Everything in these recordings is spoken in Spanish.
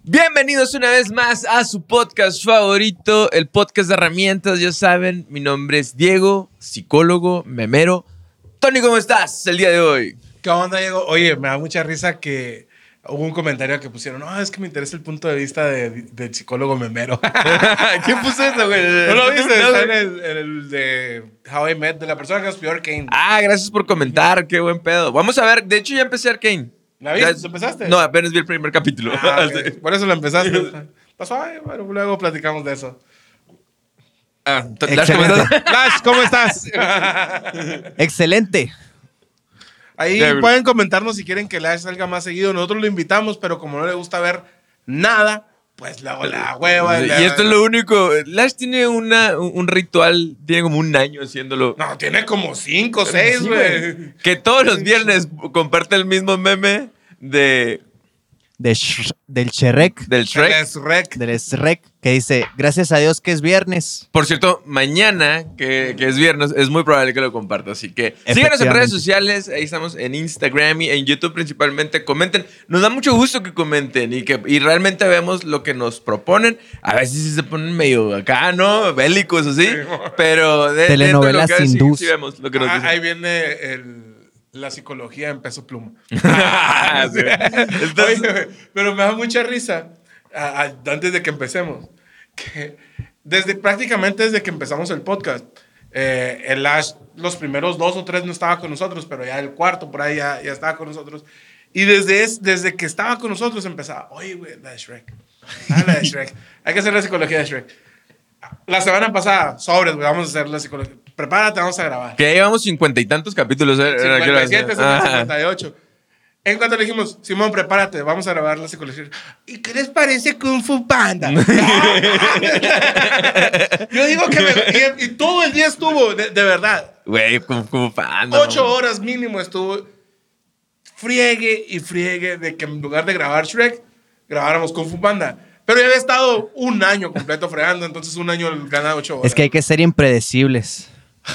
Bienvenidos una vez más a su podcast favorito, el podcast de herramientas, ya saben, mi nombre es Diego, psicólogo, memero. Tony, ¿cómo estás el día de hoy? ¿Qué onda, Diego? Oye, me da mucha risa que hubo un comentario que pusieron, no, es que me interesa el punto de vista del psicólogo memero. ¿Quién puso eso, güey? ¿No lo viste? No, Está güey. en el de How I Met, de la persona que nos pidió Arcane. Ah, gracias por comentar, qué buen pedo. Vamos a ver, de hecho ya empecé Arcane. ¿La viste? ¿Empezaste? No, apenas vi el primer capítulo. Ah, ok. Por eso lo empezaste. Pasó, bueno, luego platicamos de eso. Lash, ¿cómo estás? Lash, ¿cómo estás? Excelente. Ahí pueden comentarnos si quieren que Lash salga más seguido. Nosotros lo invitamos, pero como no le gusta ver nada, pues luego la hueva. Y esto es lo único. Lash tiene un ritual, tiene como un año haciéndolo. No, tiene como 5 o 6, güey. Que todos los viernes comparte el mismo meme del Del Shrek, del Shrek, que dice, gracias a Dios que es viernes. Por cierto, mañana, que es viernes, es muy probable que lo comparta. Así que síganos en redes sociales. Ahí estamos en Instagram y en YouTube principalmente. Comenten. Nos da mucho gusto que comenten y realmente vemos lo que nos proponen. A veces sí se ponen medio acá, ¿no? Bélicos así. Pero telenovelas hindús. Sí vemos lo que nos dicen. Ahí viene la psicología en peso pluma. Sí. Oye, pero me da mucha risa antes de que empecemos que prácticamente desde que empezamos el podcast, el Ash los primeros 2 o 3 no estaba con nosotros, pero ya el cuarto por ahí ya estaba con nosotros, y desde que estaba con nosotros empezaba, oye güey, la de Shrek, hay que hacer la psicología de Shrek. La semana pasada, sobres, güey, vamos a hacer la psicología. Prepárate, vamos a grabar. Que ya llevamos 50 y tantos capítulos. 57, 58. En cuanto le dijimos, Simón, prepárate, vamos a grabar la psicología. ¿Y qué les parece Kung Fu Panda? Yo digo que y todo el día estuvo, de verdad. Güey, como Panda. 8 horas mínimo estuvo friegue y friegue de que en lugar de grabar Shrek, grabáramos Kung Fu Panda. Pero ya había estado un año completo fregando, entonces un año ganado 8 horas. Es que hay que ser impredecibles.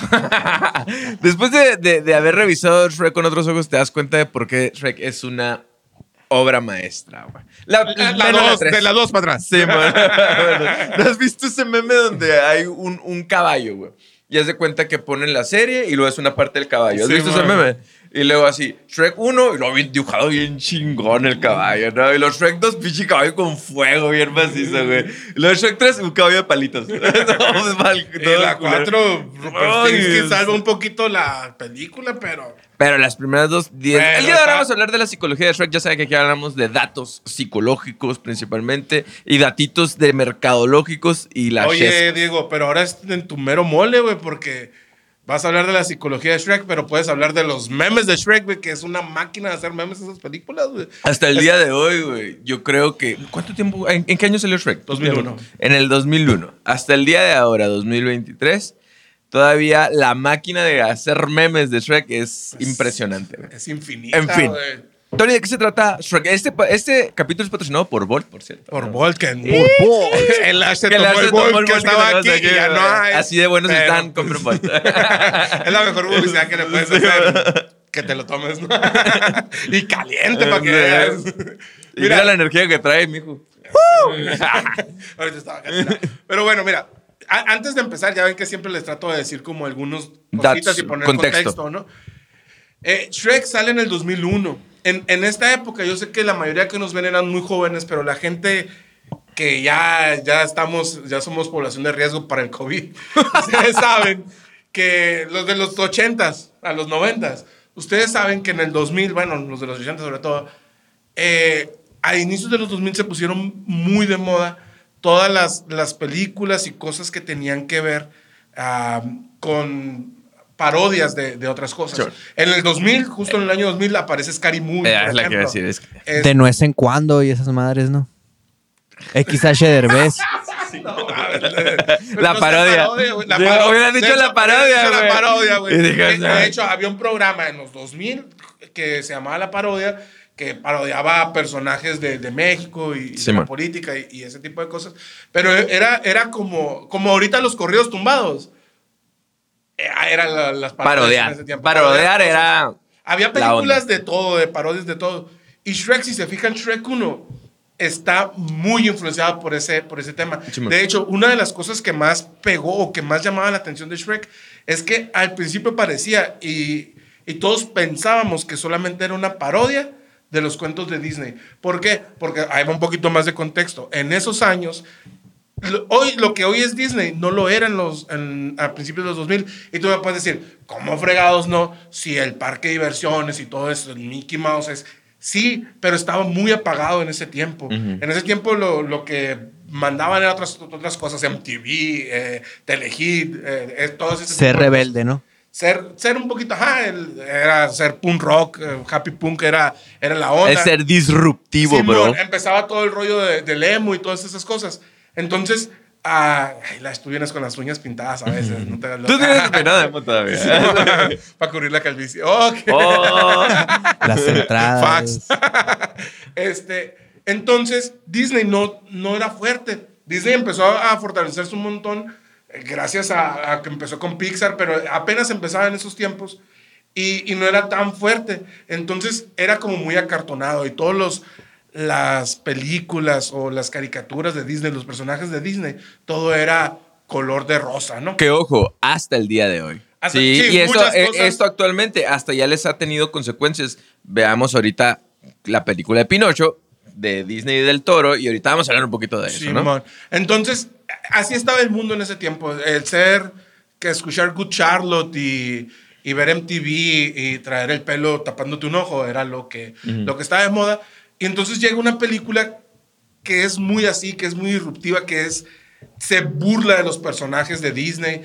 Después de haber revisado Shrek con otros ojos, te das cuenta de por qué Shrek es una obra maestra, güey. De la 2 para atrás. Sí, man. ¿No has visto ese meme donde hay un caballo, güey? Y haz de cuenta que ponen la serie y luego es una parte del caballo. ¿Has visto ese meme? Y luego así, Shrek 1, y luego bien dibujado bien chingón el caballo, ¿no? Y los Shrek 2, pinche caballo con fuego bien macizo, güey. Y los Shrek 3, un caballo de palitos. Y la 4, que salva un poquito la película, Pero las primeras 2, 10. Bueno, El día de ahora vamos a hablar de la psicología de Shrek. Ya saben que aquí hablamos de datos psicológicos principalmente y datitos de mercadológicos y la Oye, Diego, pero ahora es en tu mero mole, güey, porque vas a hablar de la psicología de Shrek, pero puedes hablar de los memes de Shrek, güey, que es una máquina de hacer memes esas películas, güey. Hasta el día de hoy, güey, yo creo que... ¿Cuánto tiempo? ¿En qué año salió Shrek? 2001. En el 2001. Hasta el día de ahora, 2023, todavía la máquina de hacer memes de Shrek es impresionante, güey. Es infinita, En fin. güey. Tony, ¿de qué se trata Shrek? Este capítulo es patrocinado por Bolt, por cierto. Por Bolt, que el Ash se Que tomó el Bolt que estaba tenemos aquí y ya no hay. Así de buenos Pero, están, compren Bolt. Es la mejor publicidad que le puedes hacer. Que te lo tomes, ¿no? Y caliente para que veas. Y mira la energía que trae, mijo. Ahorita estaba caliente. Pero bueno, mira. Antes de empezar, ya ven que siempre les trato de decir como algunos cositas y poner contexto, ¿no? Shrek sale en el 2001. En esta época, yo sé que la mayoría que nos ven eran muy jóvenes, pero la gente que ya somos población de riesgo para el COVID, ustedes saben que los de los 80s a los 90s, ustedes saben que en el 2000, bueno, los de los 80 sobre todo, a inicios de los 2000 se pusieron muy de moda todas las películas y cosas que tenían que ver con parodias de otras cosas. Sure. En el 2000, justo en el año 2000, aparece Scary Movie, por la ejemplo. que decir, de nuez en cuando y esas madres, ¿no? XH Derbez. La parodia. Hubieran dicho la parodia, güey. De hecho, había un programa en los 2000 que se llamaba La Parodia, que parodiaba a personajes de México y de la política y ese tipo de cosas. Pero era como ahorita los corridos tumbados. Eran las parodias en ese tiempo. Parodiar era... Había películas de todo, de parodias de todo. Y Shrek, si se fijan, Shrek 1 está muy influenciada por ese tema. De hecho, una de las cosas que más pegó o que más llamaba la atención de Shrek es que al principio parecía, y todos pensábamos que solamente era una parodia de los cuentos de Disney. ¿Por qué? Porque hay un poquito más de contexto. En esos años, lo que hoy es Disney no lo era a principios de los 2000. Y tú me puedes decir, ¿cómo fregados no? Si el parque de diversiones y todo eso, el Mickey Mouse es... Sí, pero estaba muy apagado en ese tiempo. En ese tiempo lo que mandaban eran otras cosas, MTV, Telehit, todo ese Ser rebelde, ¿no? Ser un poquito, era ser punk rock, happy punk era la onda. Es ser disruptivo, sí, bro. Empezaba todo el rollo del emo y todas esas cosas. Entonces, tú vienes con las uñas pintadas a veces. No te hagas Tú tienes peinado de emo todavía. Sí, para cubrir la calvicie. Okay. Las entradas. Entonces, Disney no era fuerte. Disney empezó a fortalecerse un montón gracias a que empezó con Pixar, pero apenas empezaba en esos tiempos y no era tan fuerte. Entonces, era como muy acartonado y las películas o las caricaturas de Disney, los personajes de Disney, todo era color de rosa, ¿no? Que ojo, hasta el día de hoy. Sí, y esto actualmente hasta ya les ha tenido consecuencias. Veamos ahorita la película de Pinocho de Disney y del Toro y ahorita vamos a hablar un poquito de eso, ¿no? Entonces, así estaba el mundo en ese tiempo. Escuchar Good Charlotte y ver MTV y traer el pelo tapándote un ojo era lo que estaba de moda. Y entonces llega una película que es muy así, que es muy disruptiva, se burla de los personajes de Disney,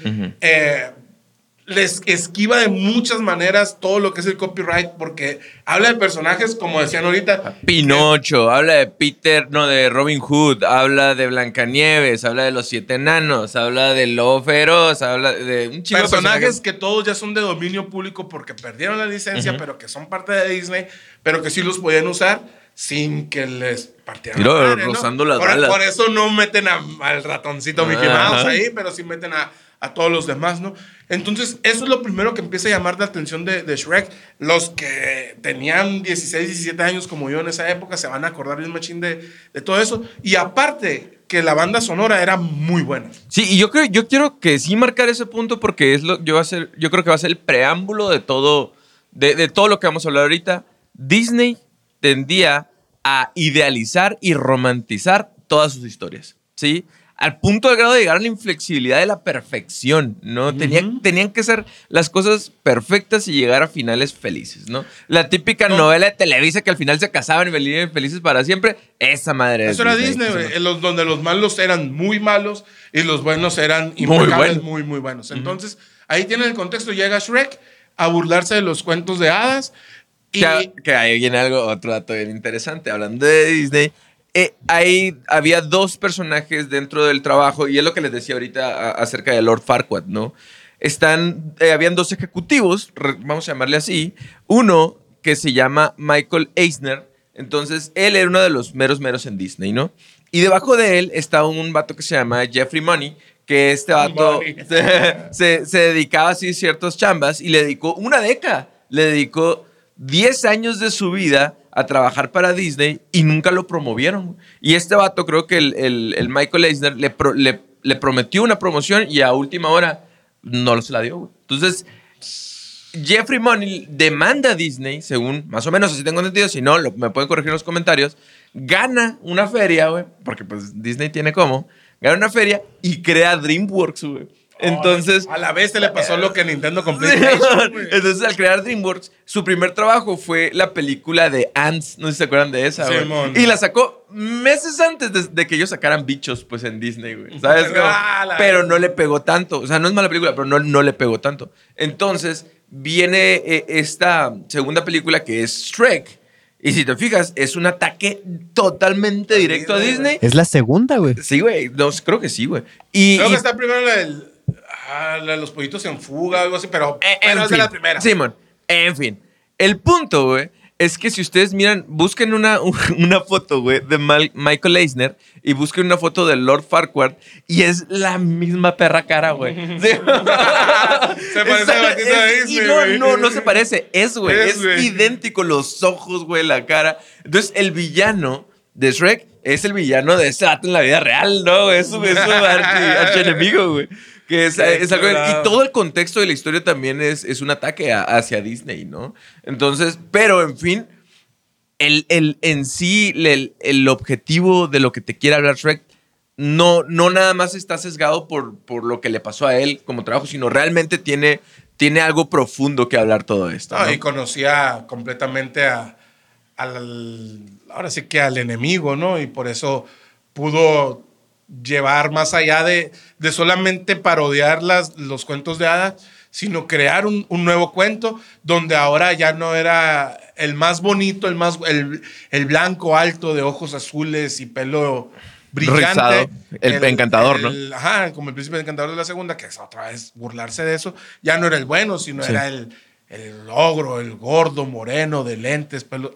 les esquiva de muchas maneras todo lo que es el copyright, porque habla de personajes, como decían ahorita. Pinocho, habla de de Robin Hood, habla de Blancanieves, habla de los 7 enanos, habla de Lobo Feroz, habla de un chico de personajes que todos ya son de dominio público porque perdieron la licencia, pero que son parte de Disney, pero que sí los podían usar sin que les partieran la madre, rozando las balas. Por eso no meten al ratoncito Mickey Mouse ahí, pero sí meten a todos los demás, ¿no? Entonces, eso es lo primero que empieza a llamar la atención de Shrek. Los que tenían 16, 17 años como yo en esa época se van a acordar bien machín de todo eso. Y aparte, que la banda sonora era muy buena. Sí, y yo quiero que sí marcar ese punto porque yo creo que va a ser el preámbulo de todo, de todo lo que vamos a hablar ahorita. Disney tendía a idealizar y romantizar todas sus historias, ¿sí? Al punto del grado de llegar a la inflexibilidad de la perfección, ¿no? Tenían que ser las cosas perfectas y llegar a finales felices, ¿no? La típica novela de Televisa que al final se casaban y vivían felices para siempre, esa madre. Eso era Disney, donde los malos eran muy malos y los buenos eran impecables, muy buenos. Entonces, ahí tiene el contexto. Llega Shrek a burlarse de los cuentos de hadas. Que ahí viene otro dato bien interesante. Hablando de Disney, había 2 personajes dentro del trabajo, y es lo que les decía ahorita acerca de Lord Farquaad, ¿no? Habían 2 ejecutivos, vamos a llamarle así. Uno que se llama Michael Eisner. Entonces, él era uno de los meros en Disney, ¿no? Y debajo de él está un vato que se llama Jeffrey Money, que este vato se dedicaba así a ciertas chambas y le dedicó una década. Le dedicó 10 años de su vida a trabajar para Disney y nunca lo promovieron. Y este vato, creo que el Michael Eisner le prometió una promoción y a última hora no se la dio, güey. Entonces, Jeffrey Money demanda a Disney, según más o menos así tengo entendido, si no, me pueden corregir en los comentarios, gana una feria, güey, porque pues Disney tiene cómo, gana una feria y crea DreamWorks, güey. Entonces, a la vez se le pasó lo que Nintendo con PlayStation. Entonces, al crear DreamWorks, su primer trabajo fue la película de Ants. No sé si se acuerdan de esa, güey. Sí, y la sacó meses antes de que ellos sacaran Bichos, pues, en Disney, güey. ¿Sabes? Pero no le pegó tanto. O sea, no es mala película, pero no le pegó tanto. Entonces, viene esta segunda película que es Shrek. Y si te fijas, es un ataque totalmente directo a Disney. Es la segunda, güey. Sí, güey. No, creo que sí, güey. Creo que está primero los pollitos en fuga, algo así, pero es de la primera. Simón, en fin. El punto, güey, es que si ustedes miran, busquen una foto, güey, de Michael Eisner y busquen una foto de Lord Farquaad y es la misma perra cara, güey. ¿Sí? Se parece a la tienda de Disney, güey. No se parece. Es idéntico los ojos, güey, la cara. Entonces, el villano de Shrek es el villano de ese vato en la vida real, ¿no? Es su archienemigo, güey. Que es algo, y todo el contexto de la historia también es un ataque hacia Disney, ¿no? Entonces, pero en fin, en sí, el objetivo de lo que te quiere hablar Shrek no nada más está sesgado por lo que le pasó a él como trabajo, sino realmente tiene algo profundo que hablar todo esto, ¿no? Y conocía completamente ahora sí que al enemigo, ¿no? Y por eso pudo llevar más allá de solamente parodiar los cuentos de hadas, sino crear un nuevo cuento donde ahora ya no era el más bonito, el blanco alto de ojos azules y pelo brillante. Rizado. El encantador, ¿no? Ajá, como el príncipe encantador de la segunda, que es otra vez burlarse de eso. Ya no era el bueno, sino era el ogro, el gordo, moreno, de lentes, pelo.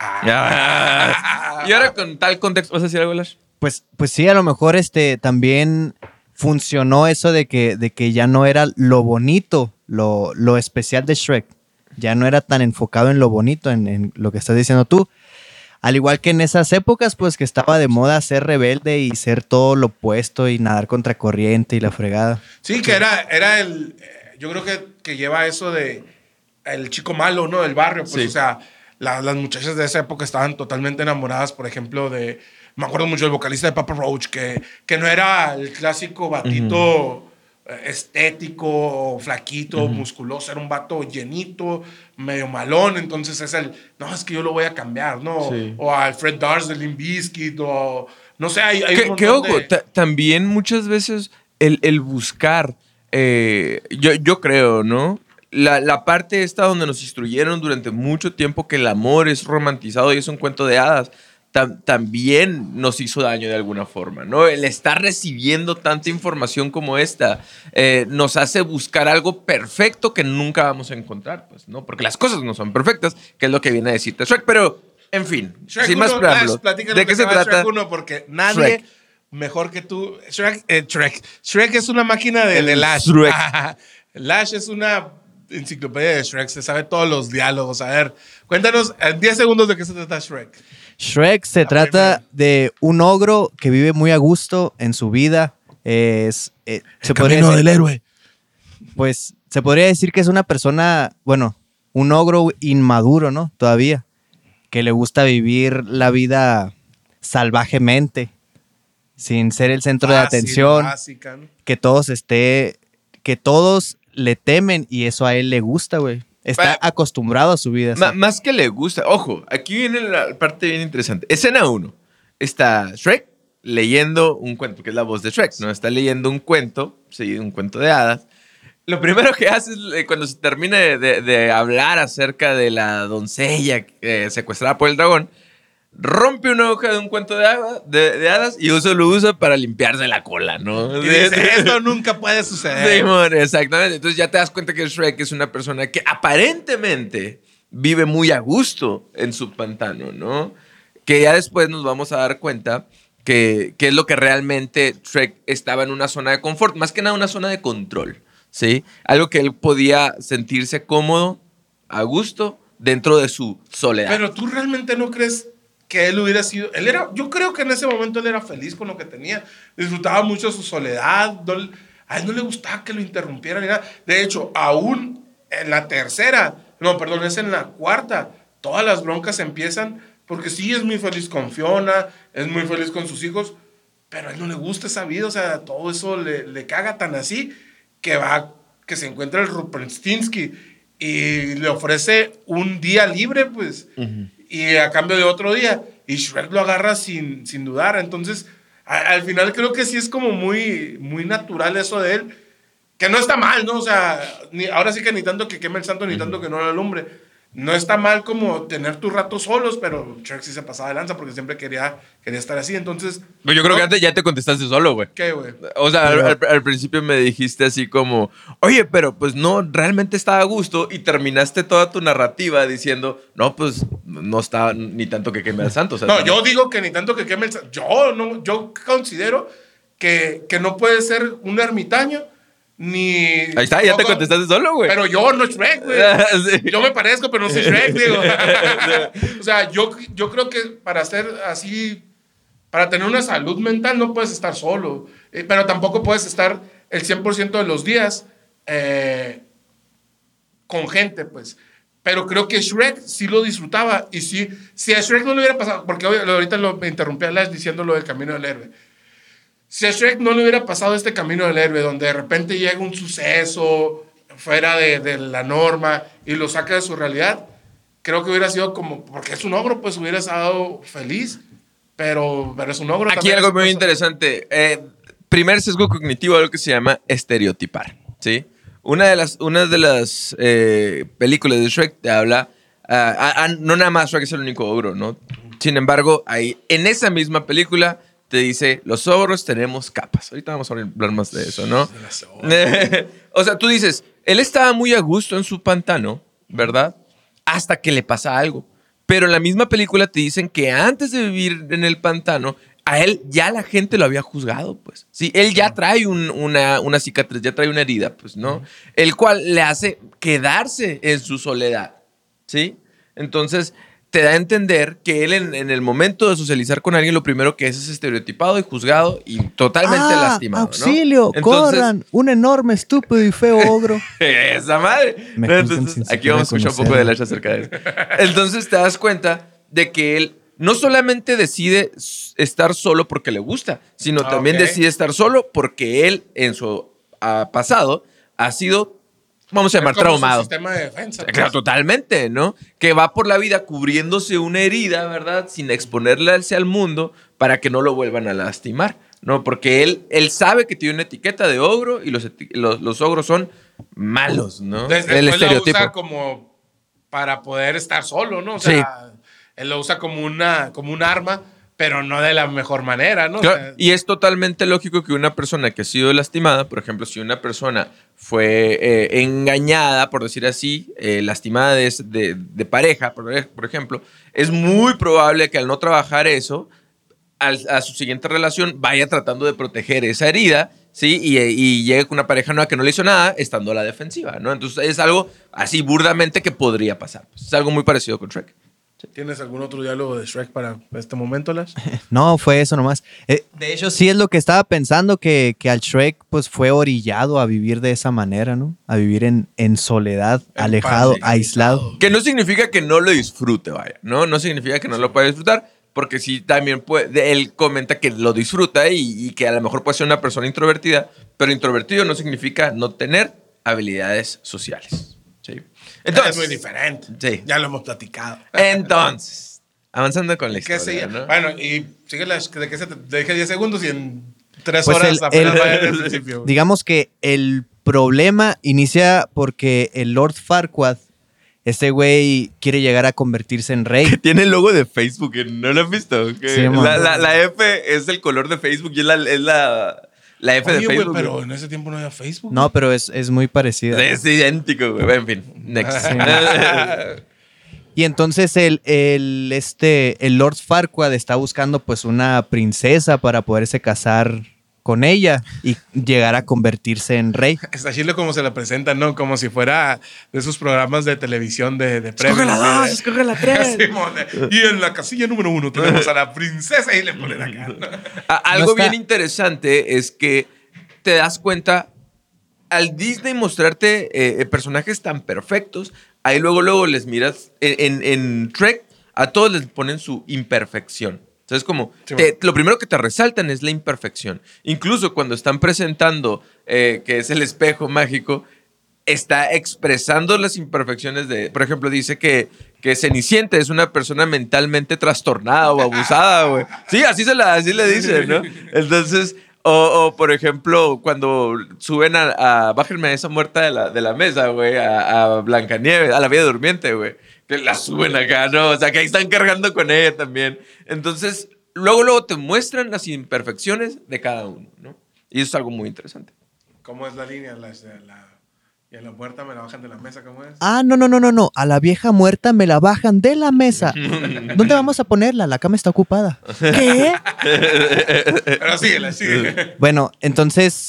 Y ahora con tal contexto, ¿vas a decir algo, Lash? Pues sí, a lo mejor también funcionó eso de que ya no era lo bonito, lo especial de Shrek. Ya no era tan enfocado en lo bonito, en lo que estás diciendo tú. Al igual que en esas épocas, pues que estaba de moda ser rebelde y ser todo lo opuesto y nadar contra corriente y la fregada. Sí, que era yo creo que lleva eso de el chico malo, ¿no? Del barrio, pues, sí. O sea, las muchachas de esa época estaban totalmente enamoradas, por ejemplo, me acuerdo mucho del vocalista de Papa Roach, que no era el clásico batito estético, flaquito, musculoso, era un vato llenito, medio malón, entonces es es que yo lo voy a cambiar, ¿no? Sí. O al Fred Durst de Limp Bizkit, o no sé, hay un montón ojo, también muchas veces el buscar, yo creo, ¿no? La parte esta donde nos instruyeron durante mucho tiempo que el amor es romantizado y es un cuento de hadas, también nos hizo daño de alguna forma, ¿no? El estar recibiendo tanta información como esta nos hace buscar algo perfecto que nunca vamos a encontrar, pues, ¿no? Porque las cosas no son perfectas, que es lo que viene a decirte Shrek, pero, en fin, Shrek sin más preámbulos, ¿de qué se trata? Shrek 1, porque nadie Shrek. Mejor que tú. Shrek es una máquina de Lash. Lash es una enciclopedia de Shrek, se sabe todos los diálogos. A ver, cuéntanos en 10 segundos de qué se trata Shrek. Shrek se trata de un ogro que vive muy a gusto en su vida. El camino del héroe. Pues se podría decir que es una persona, bueno, un ogro inmaduro, ¿no? Todavía. Que le gusta vivir la vida salvajemente, sin ser el centro de atención. Básica, ¿no? Que todos le temen y eso a él le gusta, güey. Está acostumbrado a su vida. Más que le gusta. Ojo, aquí viene la parte bien interesante. Escena 1. Está Shrek leyendo un cuento, que es la voz de Shrek, ¿no? Está leyendo un cuento, sí, un cuento de hadas. Lo primero que hace es, cuando se termina de hablar acerca de la doncella secuestrada por el dragón, rompe una hoja de un cuento de hadas y eso lo usa para limpiarse la cola, ¿no? Y dice, esto nunca puede suceder. Sí, man, exactamente. Entonces ya te das cuenta que Shrek es una persona que aparentemente vive muy a gusto en su pantano, ¿no? Que ya después nos vamos a dar cuenta que es lo que realmente Shrek estaba en una zona de confort, más que nada una zona de control, ¿sí? Algo que él podía sentirse cómodo, a gusto, dentro de su soledad. Pero tú realmente no crees que él hubiera sido... yo creo que en ese momento él era feliz con lo que tenía. Disfrutaba mucho su soledad. A él no le gustaba que lo interrumpieran ni nada. De hecho, aún en la tercera... No, perdón, es en la cuarta. Todas las broncas empiezan porque sí es muy feliz con Fiona, es muy feliz con sus hijos, pero a él no le gusta esa vida. O sea, todo eso le caga tan así que se encuentra el Rumpelstiltskin y le ofrece un día libre, pues... Uh-huh. Y a cambio de otro día. Y Shrek lo agarra sin dudar. Entonces, al final creo que sí es como muy, muy natural eso de él. Que no está mal, ¿no? O sea, ahora sí que ni tanto que queme el santo, ni tanto que no lo alumbre. No está mal como tener tus ratos solos, pero Shrek sí se pasaba de lanza porque siempre quería estar así. Entonces... Pero yo creo que antes ya te contestaste solo, güey. ¿Qué, güey? O sea, al principio me dijiste así como, oye, pero pues no, realmente estaba a gusto, y terminaste toda tu narrativa diciendo, no, pues no estaba ni tanto que queme el santo. O sea, no, yo digo que ni tanto que queme el santo. Yo considero que no puede ser un ermitaño ni... Ahí está, ya te contestaste solo, güey. Pero yo no Shrek, güey. Sí. Yo me parezco, pero no soy Shrek, digo. O sea, yo creo que para ser así para tener una salud mental no puedes estar solo, pero tampoco puedes estar el 100% de los días con gente, pues. Pero creo que Shrek sí lo disfrutaba. Y sí, si a Shrek no le hubiera pasado, porque ahorita me interrumpí a Lash diciendo lo del camino del héroe. Si a Shrek no le hubiera pasado este camino del héroe, donde de repente llega un suceso fuera de la norma y lo saca de su realidad, creo que hubiera sido como, porque es un ogro, pues hubiera estado feliz, pero es un ogro. Aquí algo muy interesante. Primer sesgo cognitivo, algo que se llama estereotipar, ¿sí? Una de las películas de Shrek te habla, no nada más Shrek es el único ogro, ¿no? Sin embargo, ahí, en esa misma película te dice, los ogros tenemos capas. Ahorita vamos a hablar más de eso, ¿no? O sea, tú dices, él estaba muy a gusto en su pantano, ¿verdad? Hasta que le pasa algo. Pero en la misma película te dicen que antes de vivir en el pantano, a él ya la gente lo había juzgado, pues. Sí, él ya trae una cicatriz, ya trae una herida, pues, ¿no? El cual le hace quedarse en su soledad, ¿sí? Entonces, te da a entender que él en el momento de socializar con alguien, lo primero que es estereotipado y juzgado y totalmente lastimado, auxilio, ¿no? Corran, un enorme, estúpido y feo ogro. ¡Esa madre! Entonces, aquí vamos a escuchar un poco de Lash acerca de eso. Entonces, te das cuenta de que él no solamente decide estar solo porque le gusta, sino también decide estar solo porque él en su pasado ha sido, vamos a llamar, traumado. Su sistema de defensa. Claro, totalmente, ¿no? Que va por la vida cubriéndose una herida, ¿verdad? Sin exponerle al mundo para que no lo vuelvan a lastimar, ¿no? Porque él sabe que tiene una etiqueta de ogro y los ogros son malos, ¿no? El estereotipo. Lo usa como para poder estar solo, ¿no? O sea, él lo usa como un arma, pero no de la mejor manera, ¿no? Claro, o sea, y es totalmente lógico que una persona que ha sido lastimada, por ejemplo, si una persona fue engañada, por decir así, lastimada de pareja, por ejemplo, es muy probable que al no trabajar eso, a su siguiente relación vaya tratando de proteger esa herida, ¿sí? Y llegue con una pareja nueva que no le hizo nada, estando a la defensiva, ¿no? Entonces es algo así burdamente que podría pasar. Pues es algo muy parecido con Shrek. ¿Tienes algún otro diálogo de Shrek para este momento, Lash? No, fue eso nomás. De hecho, sí es lo que estaba pensando, que al Shrek pues fue orillado a vivir de esa manera, ¿no? A vivir en soledad, alejado, aislado. Que no significa que no lo disfrute, vaya, ¿no? No significa que no lo pueda disfrutar, porque sí también él comenta que lo disfruta y que a lo mejor puede ser una persona introvertida, pero introvertido no significa no tener habilidades sociales. Sí. Entonces, es muy diferente. Sí. Ya lo hemos platicado. Entonces, avanzando con la historia, ¿no? Bueno, y sigue de que se te deje 10 segundos y en 3 horas apenas vaya al principio. Digamos que el problema inicia porque el Lord Farquaad, este güey, quiere llegar a convertirse en rey. Tiene el logo de Facebook, ¿no lo has visto? Sí, la F es el color de Facebook y es la F de Facebook. Güey, pero en ese tiempo no había Facebook. No, pero es muy parecida. Es idéntico, güey. En fin, next. Sí. Y entonces el Lord Farquaad está buscando pues una princesa para poderse casar con ella y llegar a convertirse en rey. Está chile como se la presentan, ¿no? Como si fuera de esos programas de televisión de premios. Escoge la 2, escoge la 3. Y en la casilla número 1 tenemos a la princesa y le ponen acá, ¿no? Algo bien interesante es que te das cuenta, al Disney mostrarte personajes tan perfectos, ahí luego les miras, en Shrek a todos les ponen su imperfección. Entonces, como lo primero que te resaltan es la imperfección. Incluso cuando están presentando, que es el espejo mágico, está expresando las imperfecciones de... Por ejemplo, dice que Cenicienta es una persona mentalmente trastornada o abusada, güey. Sí, así le dicen, ¿no? Entonces... O, por ejemplo, cuando suben bájenme a esa muerta de la mesa, güey, a Blancanieves, a la Bella Durmiente, güey. Que la suben acá, ¿no? O sea, que ahí están cargando con ella también. Entonces, luego te muestran las imperfecciones de cada uno, ¿no? Y eso es algo muy interesante. ¿Cómo es la línea? Y a la muerta me la bajan de la mesa, ¿cómo es? No. A la vieja muerta me la bajan de la mesa. ¿Dónde vamos a ponerla? La cama está ocupada. ¿Qué? Pero síguela. Bueno, entonces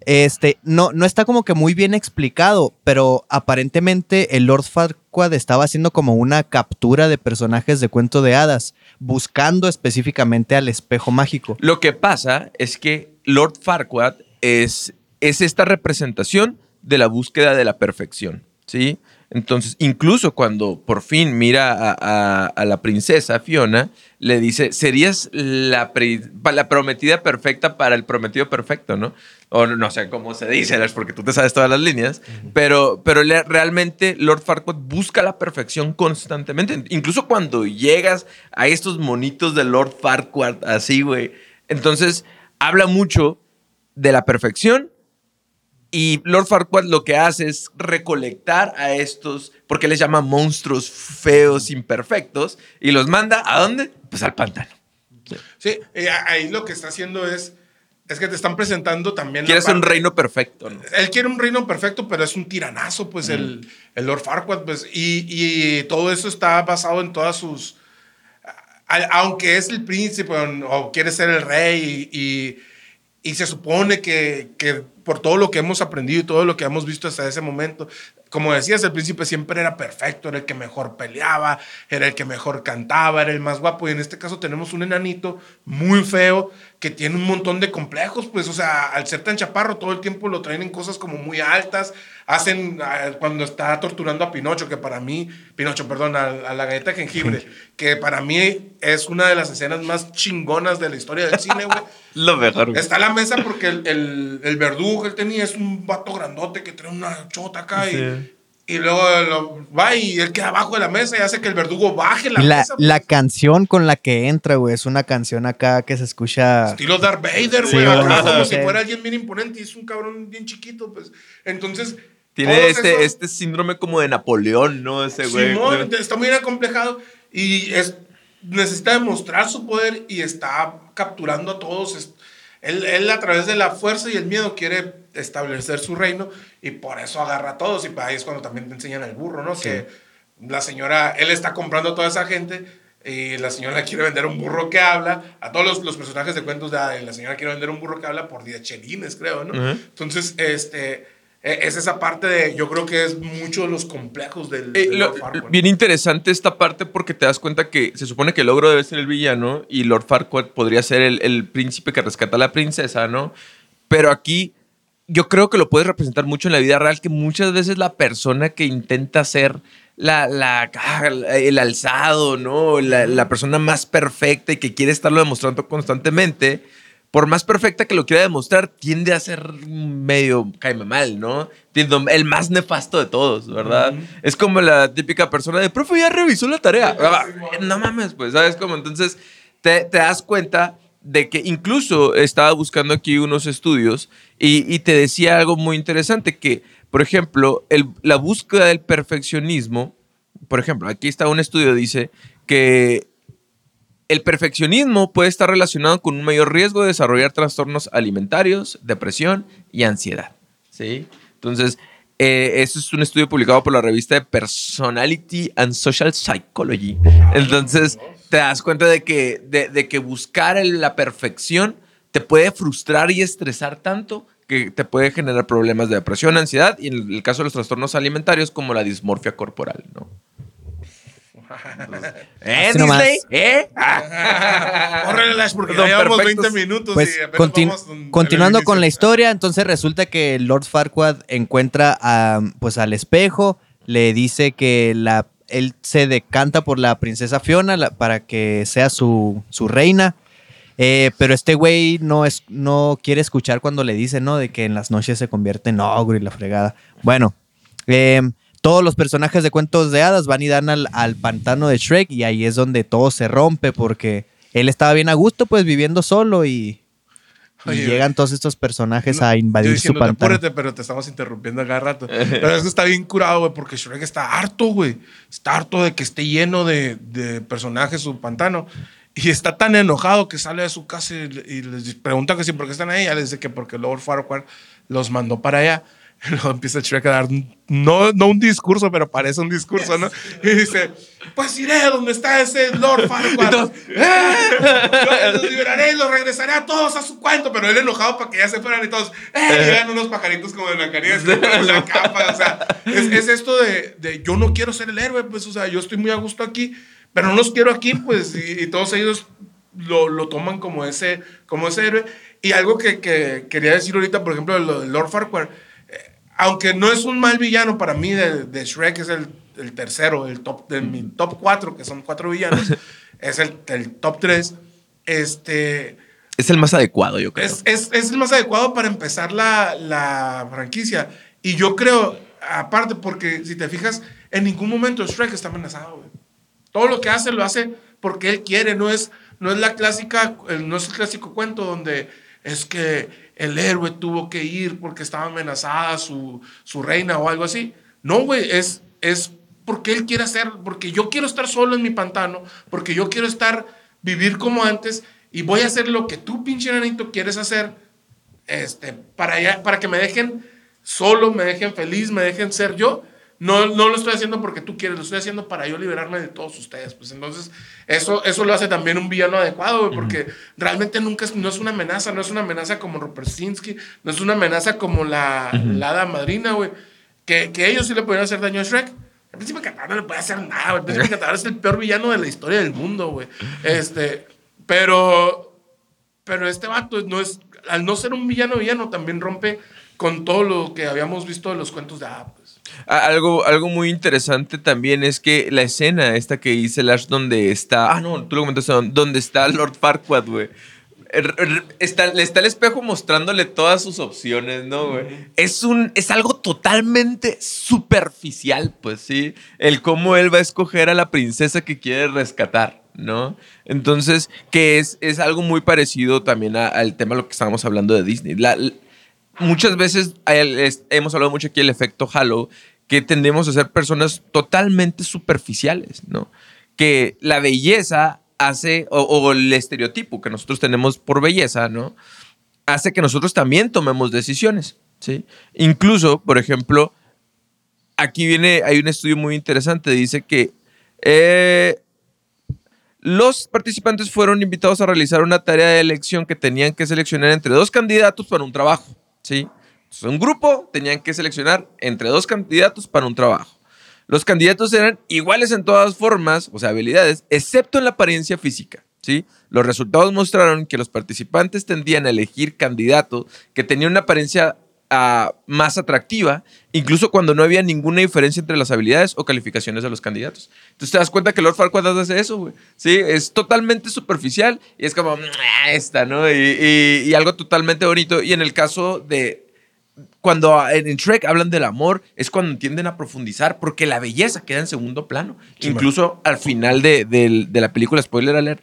No está como que muy bien explicado, pero aparentemente el Lord Farquaad estaba haciendo como una captura de personajes de cuento de hadas, buscando específicamente al espejo mágico. Lo que pasa es que Lord Farquaad es esta representación de la búsqueda de la perfección, ¿sí? Entonces, incluso cuando por fin mira a la princesa Fiona, le dice, serías la prometida perfecta para el prometido perfecto, ¿no? O no sé cómo se dice, es porque tú te sabes todas las líneas, pero realmente Lord Farquaad busca la perfección constantemente. Incluso cuando llegas a estos monitos de Lord Farquaad, así, güey. Entonces, habla mucho de la perfección. Y Lord Farquaad lo que hace es recolectar a estos, porque les llama monstruos feos, imperfectos, y los manda ¿a dónde? Pues al pantano. Sí, ahí lo que está haciendo es que te están presentando también. Quieres un reino perfecto, ¿no? Él quiere un reino perfecto, pero es un tiranazo, pues, el Lord Farquaad, pues, y todo eso está basado en todas sus. Aunque es el príncipe o quiere ser el rey y se supone que por todo lo que hemos aprendido y todo lo que hemos visto hasta ese momento, como decías, el príncipe siempre era perfecto, era el que mejor peleaba, era el que mejor cantaba, era el más guapo. Y en este caso tenemos un enanito muy feo que tiene un montón de complejos, pues, o sea, al ser tan chaparro, todo el tiempo lo traen en cosas como muy altas. Hacen cuando está torturando a Pinocho, que para mí, a la galleta de jengibre, que para mí es una de las escenas más chingonas de la historia del cine, güey. Lo mejor, güey. Está a la mesa porque el verdugo que él tenía es un vato grandote que trae una chota acá y luego va y él queda abajo de la mesa y hace que el verdugo baje la mesa. Pues. La canción con la que entra, güey, es una canción acá que se escucha... Estilo Darth Vader, güey. Sí, como si fuera alguien bien imponente y es un cabrón bien chiquito, pues. Entonces... Tiene este síndrome como de Napoleón, ¿no? Ese güey. Simón, está muy acomplejado y necesita demostrar su poder y está capturando a todos. Él a través de la fuerza y el miedo quiere establecer su reino y por eso agarra a todos. Y ahí es cuando también te enseñan el burro, ¿no? Sí. Que la señora, él está comprando a toda esa gente y la señora quiere vender un burro que habla. A todos los personajes de cuentos de la señora quiere vender un burro que habla por 10 chelines, creo, ¿no? Entonces, es esa parte de, yo creo que es mucho de los complejos del Lord Farquaad. Bien interesante esta parte porque te das cuenta que se supone que el ogro debe ser el villano y Lord Farquaad podría ser el príncipe que rescata a la princesa, ¿no? Pero aquí yo creo que lo puedes representar mucho en la vida real, que muchas veces la persona que intenta ser el alzado, ¿no? La persona más perfecta y que quiere estarlo demostrando constantemente, por más perfecta que lo quiera demostrar, tiende a ser medio caime mal, ¿no? El más nefasto de todos, ¿verdad? Es como la típica persona de, profe, ya revisó la tarea. No mames, pues, ¿sabes cómo? Entonces, te das cuenta de que incluso estaba buscando aquí unos estudios y te decía algo muy interesante, que, por ejemplo, la búsqueda del perfeccionismo, por ejemplo, aquí está un estudio, dice que el perfeccionismo puede estar relacionado con un mayor riesgo de desarrollar trastornos alimentarios, depresión y ansiedad, ¿sí? Entonces, eso es un estudio publicado por la revista de Personality and Social Psychology. Entonces, te das cuenta de que buscar la perfección te puede frustrar y estresar tanto que te puede generar problemas de depresión, ansiedad y en el caso de los trastornos alimentarios como la dismorfia corporal, ¿no? Disney? Córrele, porque ya llevamos 20 minutos. Pues continuando con la historia, entonces resulta que Lord Farquaad encuentra al espejo, le dice que él se decanta por la princesa Fiona para que sea su reina. Pero este güey no quiere escuchar cuando le dice, ¿no? De que en las noches se convierte en ogro y la fregada. Bueno, todos los personajes de cuentos de hadas van y dan al pantano de Shrek y ahí es donde todo se rompe porque él estaba bien a gusto pues viviendo solo y llegan todos estos personajes a invadir su pantano. Apúrate, pero te estamos interrumpiendo cada rato. Pero eso está bien curado, güey, porque Shrek está harto, güey. Está harto de que esté lleno de personajes su pantano. Y está tan enojado que sale de su casa y les pregunta que sí, ¿por qué están ahí? Ya les dice que porque Lord Farquaad los mandó para allá. Luego empieza Shrek a dar, no un discurso, pero parece un discurso, ¿no? Y dice, pues iré donde está ese Lord Farquaad. Los liberaré y los regresaré a todos a su cuento. Pero él enojado para que ya se fueran y todos, llegan unos pajaritos como de Blancanieves con la capa. O sea, es esto de yo no quiero ser el héroe, pues, o sea, yo estoy muy a gusto aquí, pero no los quiero aquí, pues, y todos ellos lo toman como ese héroe. Y algo que quería decir ahorita, por ejemplo, de Lord Farquaad, aunque no es un mal villano para mí de Shrek, es el tercero, de mi top 4, que son 4 villanos, es el top 3. Es el más adecuado, yo creo. Es el más adecuado para empezar la franquicia. Y yo creo, aparte, porque si te fijas, en ningún momento Shrek está amenazado, güey. Todo lo que hace, lo hace porque él quiere. No es el clásico cuento donde es que el héroe tuvo que ir porque estaba amenazada su reina o algo así. No, güey, es porque él quiere hacer, porque yo quiero estar solo en mi pantano, porque yo quiero vivir como antes, y voy a hacer lo que tú, pinche enanito, quieres hacer, para que me dejen solo, me dejen feliz, me dejen ser yo. No lo estoy haciendo porque tú quieres, lo estoy haciendo para yo liberarme de todos ustedes. Pues entonces, eso lo hace también un villano adecuado, güey, porque realmente no es una amenaza, no es una amenaza como Rupersinski, no es una amenaza como la hada madrina, güey, que ellos sí le podían hacer daño a Shrek. El príncipe encantador no le puede hacer nada, güey. El príncipe encantador es el peor villano de la historia del mundo, güey. Pero este vato al no ser un villano, también rompe con todo lo que habíamos visto de los cuentos de hadas, pues. Algo muy interesante también es que la escena esta que dice Lash donde está... tú lo comentaste, donde está Lord Farquaad, güey. Le está el espejo mostrándole todas sus opciones, ¿no, güey? Es algo totalmente superficial, pues, ¿sí? El cómo él va a escoger a la princesa que quiere rescatar, ¿no? Entonces, que es algo muy parecido también al tema de lo que estábamos hablando de Disney. Muchas veces hemos hablado mucho aquí del efecto Halo, que tendemos a ser personas totalmente superficiales, ¿no? Que la belleza hace, o el estereotipo que nosotros tenemos por belleza, ¿no? Hace que nosotros también tomemos decisiones, ¿sí? Incluso, por ejemplo, hay un estudio muy interesante, dice que los participantes fueron invitados a realizar una tarea de elección que tenían que seleccionar entre 2 candidatos para un trabajo, ¿sí? Entonces, un grupo tenían que seleccionar entre 2 candidatos para un trabajo. Los candidatos eran iguales en todas formas, o sea, habilidades, excepto en la apariencia física, ¿sí? Los resultados mostraron que los participantes tendían a elegir candidatos que tenían una apariencia más atractiva, incluso cuando no había ninguna diferencia entre las habilidades o calificaciones de los candidatos. Entonces te das cuenta que Lord Farquaad hace eso, güey. Sí, es totalmente superficial y es como ¿no? Y algo totalmente bonito. Y en el caso de cuando en Shrek hablan del amor, es cuando tienden a profundizar, porque la belleza queda en segundo plano. Sí, incluso al final de la película, spoiler alert,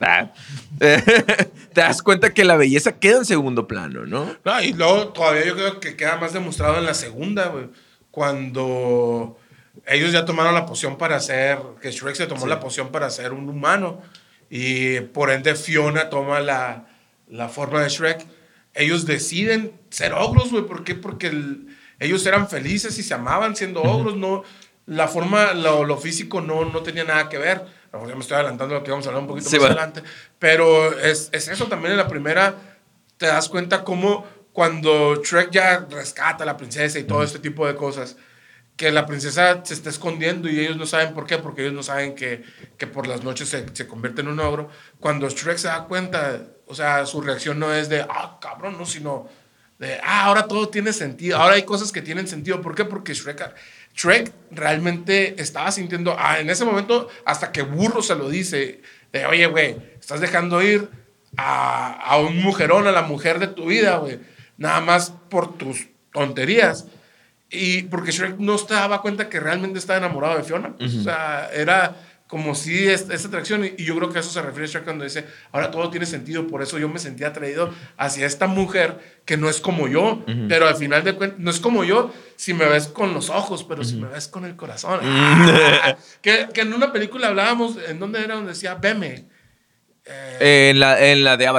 te das cuenta que la belleza queda en segundo plano, ¿no? No, y luego todavía yo creo que queda más demostrado en la segunda, güey. Cuando ellos ya tomaron la poción que Shrek se tomó la poción para ser un humano, y por ende Fiona toma la forma de Shrek. Ellos deciden ser ogros, güey. ¿Por qué? Porque ellos eran felices y se amaban siendo ogros. No, la forma, lo físico no tenía nada que ver. A lo mejor ya me estoy adelantando lo que vamos a hablar un poquito más adelante. Pero es eso también. En la primera te das cuenta cómo cuando Shrek ya rescata a la princesa y todo este tipo de cosas, que la princesa se está escondiendo y ellos no saben por qué, porque ellos no saben que por las noches se convierte en un ogro. Cuando Shrek se da cuenta, o sea, su reacción no es de, cabrón, no, sino de, ahora todo tiene sentido, ahora hay cosas que tienen sentido. ¿Por qué? Porque Shrek realmente estaba sintiendo, en ese momento, hasta que Burro se lo dice, de, oye, güey, estás dejando ir a un mujerón, a la mujer de tu vida, güey, nada más por tus tonterías. Y porque Shrek no se daba cuenta que realmente estaba enamorado de Fiona. Pues, o sea, era como si esta atracción, y yo creo que a eso se refiere Shrek cuando dice, ahora todo tiene sentido, por eso yo me sentía atraído hacia esta mujer que no es como yo, pero al final de cuentas, no es como yo si me ves con los ojos, pero si me ves con el corazón. Que en una película hablábamos, ¿en dónde era? Donde decía, veme. En la de Avatar.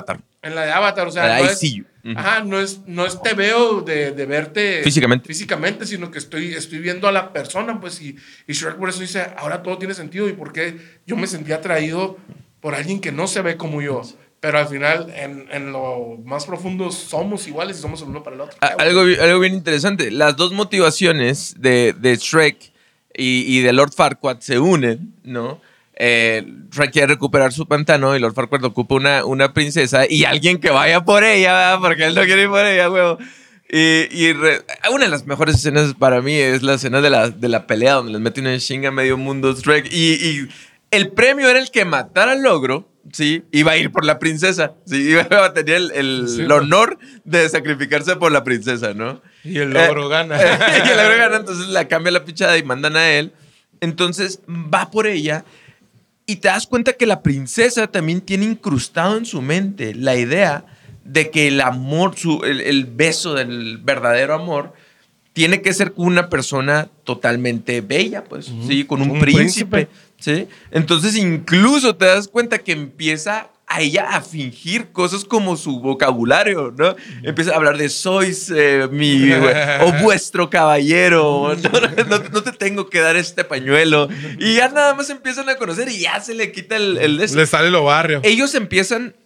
En la de Avatar, o sea, no es, ajá, no es te veo de verte físicamente, sino que estoy viendo a la persona, pues, y Shrek por eso dice, ahora todo tiene sentido, y porque yo me sentía atraído por alguien que no se ve como yo, pero al final, en lo más profundo, somos iguales y somos el uno para el otro. Algo bien interesante, las dos motivaciones de Shrek y de Lord Farquaad se unen, ¿no? Shrek quiere recuperar su pantano y Lord Farquaad ocupa una princesa y alguien que vaya por ella, ¿verdad? Porque él no quiere ir por ella, huevo. Una de las mejores escenas para mí es la escena de la pelea donde les meten una chinga a medio mundo Shrek y el premio era el que matara al logro, ¿sí? Iba a ir por la princesa, ¿sí? Iba a tener el honor de sacrificarse por la princesa, ¿no? Y el logro gana. Y el logro gana, entonces la cambia la pichada y mandan a él. Entonces va por ella y te das cuenta que la princesa también tiene incrustado en su mente la idea de que el amor, el beso del verdadero amor, tiene que ser con una persona totalmente bella, pues, ¿sí? Con un príncipe, ¿sí? Entonces incluso te das cuenta que empieza a ella a fingir cosas como su vocabulario, ¿no? Empieza a hablar de sois mi o vuestro caballero, no te tengo que dar este pañuelo. Y ya nada más empiezan a conocer y ya se le quita el le sale lo barrio. Ellos empiezan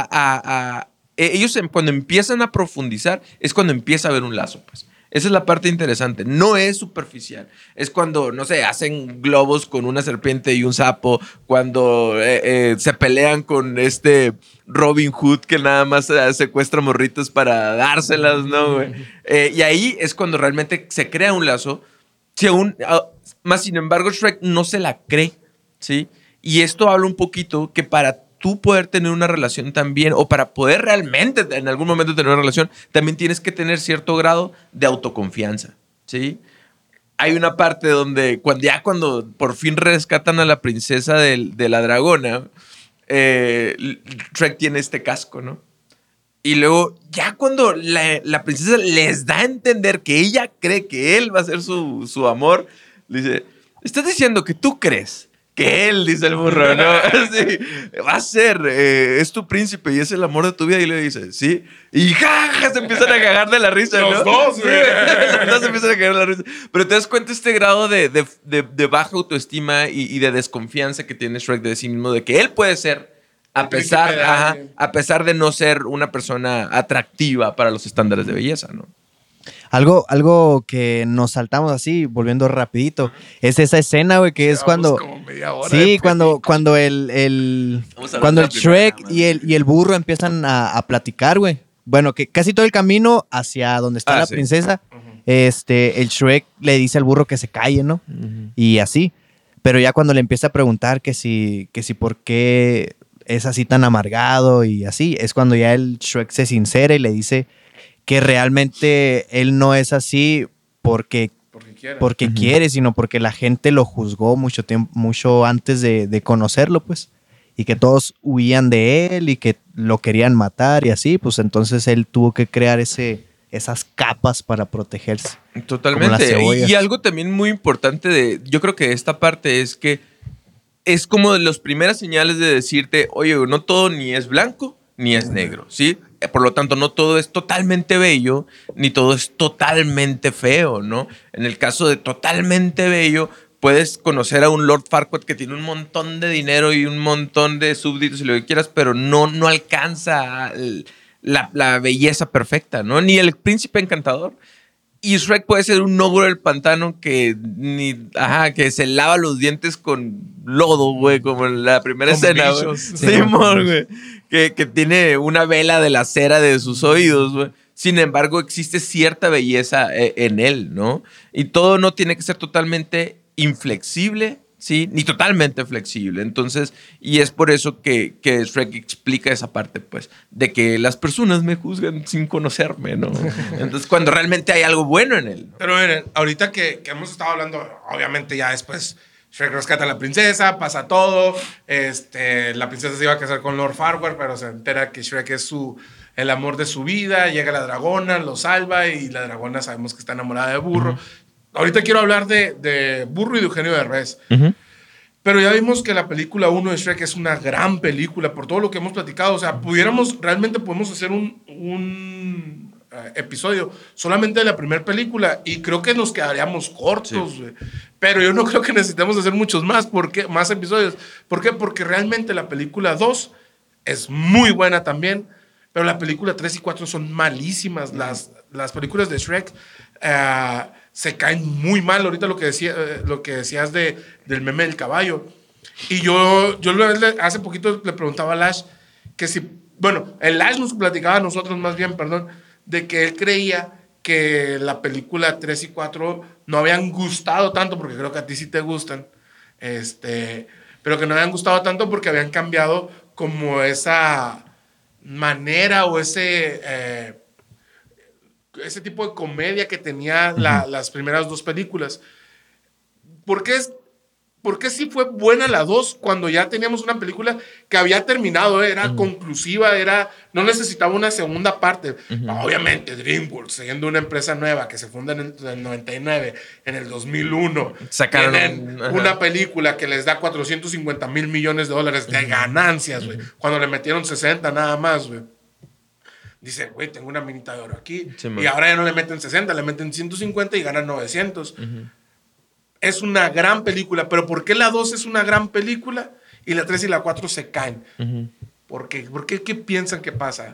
cuando empiezan a profundizar es cuando empieza a haber un lazo, pues. Esa es la parte interesante. No es superficial. Es cuando, no sé, hacen globos con una serpiente y un sapo. Cuando se pelean con este Robin Hood que nada más secuestra morritos para dárselas, ¿no, güey? Y ahí es cuando realmente se crea un lazo. Más sin embargo, Shrek no se la cree, ¿sí? Y esto habla un poquito que para tú poder tener una relación también, o para poder realmente en algún momento tener una relación, también tienes que tener cierto grado de autoconfianza, ¿sí? Hay una parte donde cuando por fin rescatan a la princesa de la dragona, Shrek tiene este casco, ¿no? Y luego, ya cuando la princesa les da a entender que ella cree que él va a ser su amor, le dice, ¿estás diciendo que tú crees que él, dice el burro, ¿no? Sí, va a ser, es tu príncipe y es el amor de tu vida? Y le dice, sí. Y jaja, se empiezan a cagar de la risa, ¿no? Los dos, güey. Los dos se empiezan a cagar de la risa. Pero te das cuenta este grado de baja autoestima y de desconfianza que tiene Shrek de sí mismo, de que él puede ser, a pesar de no ser una persona atractiva para los estándares de belleza, ¿no? Algo que nos saltamos así, volviendo rapidito, es esa escena, güey, que es cuando... Como media hora sí, cuando el Shrek y el burro empiezan a platicar, güey. Bueno, que casi todo el camino hacia donde está la princesa, el Shrek le dice al burro que se calle, ¿no? Y así. Pero ya cuando le empieza a preguntar que si por qué es así tan amargado y así, es cuando ya el Shrek se sincera y le dice que realmente él no es así porque quiere, sino porque la gente lo juzgó mucho antes de conocerlo, pues. Y que todos huían de él y que lo querían matar y así, pues entonces él tuvo que crear esas capas para protegerse. Totalmente. Y algo también muy importante yo creo que esta parte es que es como de las primeras señales de decirte, oye, no todo ni es blanco ni es negro, ¿sí? Por lo tanto, no todo es totalmente bello, ni todo es totalmente feo, ¿no? En el caso de totalmente bello, puedes conocer a un Lord Farquaad que tiene un montón de dinero y un montón de súbditos y lo que quieras, pero no alcanza la belleza perfecta, ¿no? Ni el príncipe encantador. Y Shrek puede ser un ogro del pantano que se lava los dientes con lodo, güey, como en la primera escena, güey. Simón, güey. Que tiene una vela de la cera de sus oídos, güey. Sin embargo, existe cierta belleza en él, ¿no? Y todo no tiene que ser totalmente inflexible, ¿sí? Ni totalmente flexible. Entonces, y es por eso que Shrek explica esa parte, pues, de que las personas me juzgan sin conocerme, ¿no? Entonces, cuando realmente hay algo bueno en él, ¿no? Pero miren, ahorita que hemos estado hablando, obviamente ya después Shrek rescata a la princesa, pasa todo, la princesa se iba a casar con Lord Farquaad, pero se entera que Shrek es el amor de su vida, llega la dragona, lo salva y la dragona sabemos que está enamorada de Burro. Ahorita quiero hablar de Burro y de Eugenio Derbez. Pero ya vimos que la película 1 de Shrek es una gran película por todo lo que hemos platicado. O sea, realmente podemos hacer un episodio solamente de la primera película y creo que nos quedaríamos cortos. Sí. Pero yo no creo que necesitemos hacer muchos más episodios. ¿Por qué? Porque realmente la película 2 es muy buena también, pero la película 3 y 4 son malísimas. Las películas de Shrek se caen muy mal. Ahorita lo que decías del meme del caballo. Y yo hace poquito le preguntaba a Lash que si, bueno, el Lash nos platicaba a nosotros más bien, perdón, de que él creía que la película 3 y 4 no habían gustado tanto, porque creo que a ti sí te gustan, pero que no habían gustado tanto porque habían cambiado como esa manera o ese tipo de comedia que tenía las primeras dos películas. ¿Por qué sí fue buena la 2 cuando ya teníamos una película que había terminado, era conclusiva, no necesitaba una segunda parte? Obviamente DreamWorks, siendo una empresa nueva que se funda en el 99, en el 2001, tienen una película que les da $450 mil millones de ganancias, güey, cuando le metieron 60 nada más, güey. Dice, güey, tengo una minita de oro aquí. Sí, y ahora ya no le meten 60, le meten 150 y ganan 900. Es una gran película, pero ¿por qué la 2 es una gran película y la 3 y la 4 se caen? ¿Por qué? ¿Qué piensan que pasa?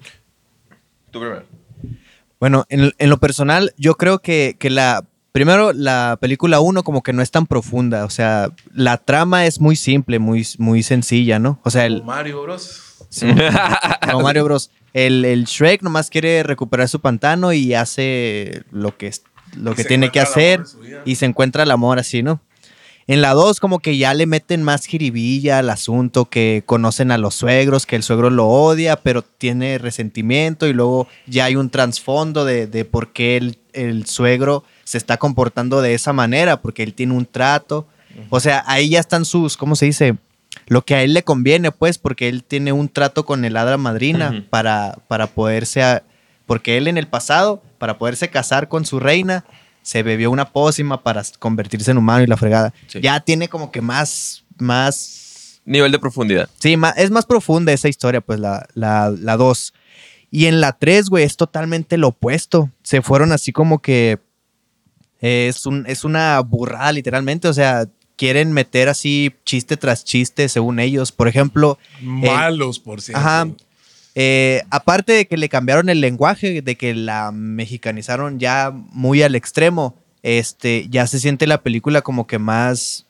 Tú primero. Bueno, en lo personal, yo creo que primero la película 1 como que no es tan profunda. O sea, la trama es muy simple, muy, muy sencilla, ¿no? O sea, Mario Bros. Sí, no, Mario Bros. El Shrek nomás quiere recuperar su pantano y hace lo que tiene que hacer y se encuentra el amor así, ¿no? En la 2 como que ya le meten más jiribilla al asunto, que conocen a los suegros, que el suegro lo odia, pero tiene resentimiento y luego ya hay un trasfondo de por qué el suegro se está comportando de esa manera, porque él tiene un trato. O sea, ahí ya están sus, ¿cómo se dice? Lo que a él le conviene, pues, porque él tiene un trato con el hada madrina para poderse... Porque él en el pasado, para poderse casar con su reina, se bebió una pócima para convertirse en humano y la fregada. Sí. Ya tiene como que más... nivel de profundidad. Sí, es más profunda esa historia, pues, la 2. Y en la 3, güey, es totalmente lo opuesto. Se fueron así como que... Es una burrada, literalmente. O sea, quieren meter así chiste tras chiste, según ellos. Por ejemplo... Malos, por cierto. Ajá. Aparte de que le cambiaron el lenguaje, de que la mexicanizaron ya muy al extremo, ya se siente la película como que más...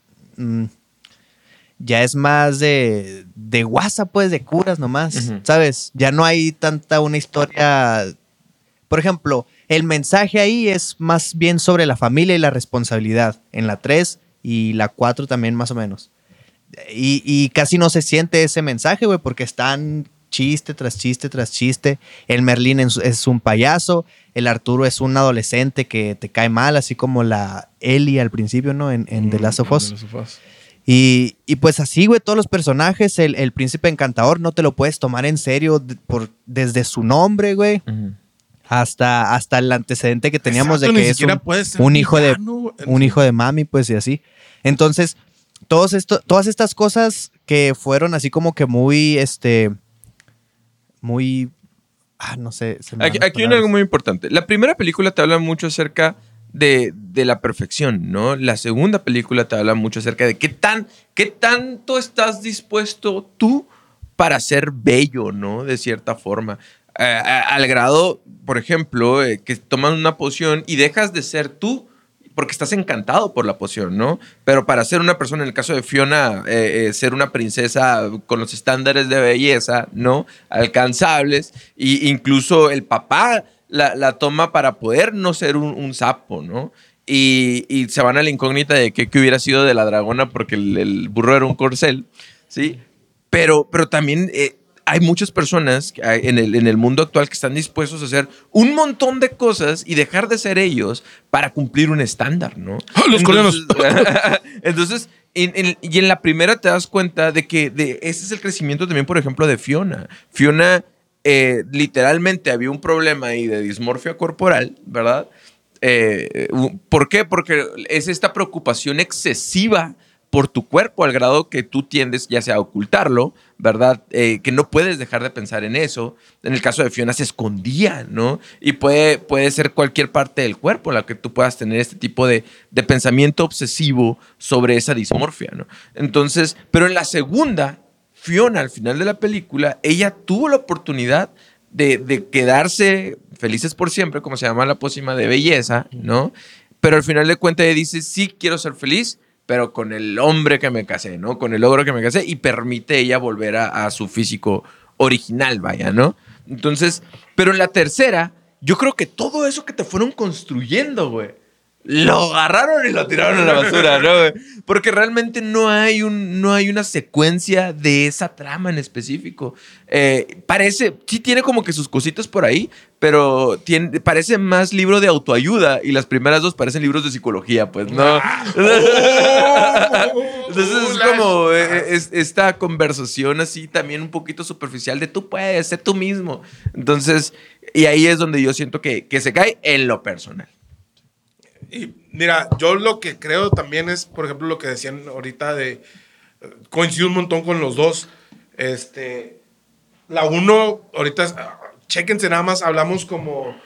ya es más de guasa, pues, de curas nomás, ¿sabes? Ya no hay tanta una historia... Por ejemplo, el mensaje ahí es más bien sobre la familia y la responsabilidad. En la 3 y la 4 también más o menos. Y casi no se siente ese mensaje, güey, porque están... chiste tras chiste tras chiste. El Merlín es un payaso. El Arturo es un adolescente que te cae mal, así como la Ellie al principio, ¿no? En The Last of Us. Y pues así, güey, todos los personajes. El príncipe encantador no te lo puedes tomar en serio desde su nombre, güey. Hasta el antecedente que teníamos. Exacto, de que es un hijo de mami, pues, y así. Entonces, todas estas cosas que fueron así como que muy, muy... no sé. Aquí hay algo muy importante. La primera película te habla mucho acerca de la perfección, ¿no? La segunda película te habla mucho acerca de qué tanto estás dispuesto tú para ser bello, ¿no? De cierta forma. Al grado, por ejemplo, que tomas una poción y dejas de ser tú porque estás encantado por la poción, ¿no? Pero para ser una persona, en el caso de Fiona, ser una princesa con los estándares de belleza, ¿no? Alcanzables, e incluso el papá la toma para poder no ser un sapo, ¿no? Y se van a la incógnita de qué hubiera sido de la dragona porque el burro era un corcel, ¿sí? Pero también... hay muchas personas en el mundo actual que están dispuestos a hacer un montón de cosas y dejar de ser ellos para cumplir un estándar, ¿no? ¡Los coreanos! Entonces, y en la primera te das cuenta de que ese es el crecimiento también, por ejemplo, de Fiona. Fiona, literalmente había un problema ahí de dismorfia corporal, ¿verdad? ¿Por qué? Porque es esta preocupación excesiva por tu cuerpo al grado que tú tiendes ya sea a ocultarlo, ¿verdad? Que no puedes dejar de pensar en eso. En el caso de Fiona se escondía, ¿no? Y puede ser cualquier parte del cuerpo en la que tú puedas tener este tipo de pensamiento obsesivo sobre esa dismorfia, ¿no? Entonces, pero en la segunda, Fiona, al final de la película, ella tuvo la oportunidad de quedarse felices por siempre, como se llama la pócima de belleza, ¿no? Pero al final de cuentas ella dice, sí, quiero ser feliz, pero con el hombre que me casé, ¿no? Con el ogro que me casé, y permite ella volver a su físico original, vaya, ¿no? Entonces, pero en la tercera, yo creo que todo eso que te fueron construyendo, güey, lo agarraron y lo tiraron a la basura, ¿no, güey? Porque realmente no hay una secuencia de esa trama en específico. Sí tiene como que sus cositas por ahí, pero parece más libro de autoayuda y las primeras dos parecen libros de psicología, pues, ¿no? Entonces es como esta conversación así también un poquito superficial de tú puedes, sé tú mismo. Entonces, y ahí es donde yo siento que se cae en lo personal. Y mira, yo lo que creo también es, por ejemplo, lo que decían ahorita coincido un montón con los dos. La uno, ahorita, chéquense nada más, hablamos como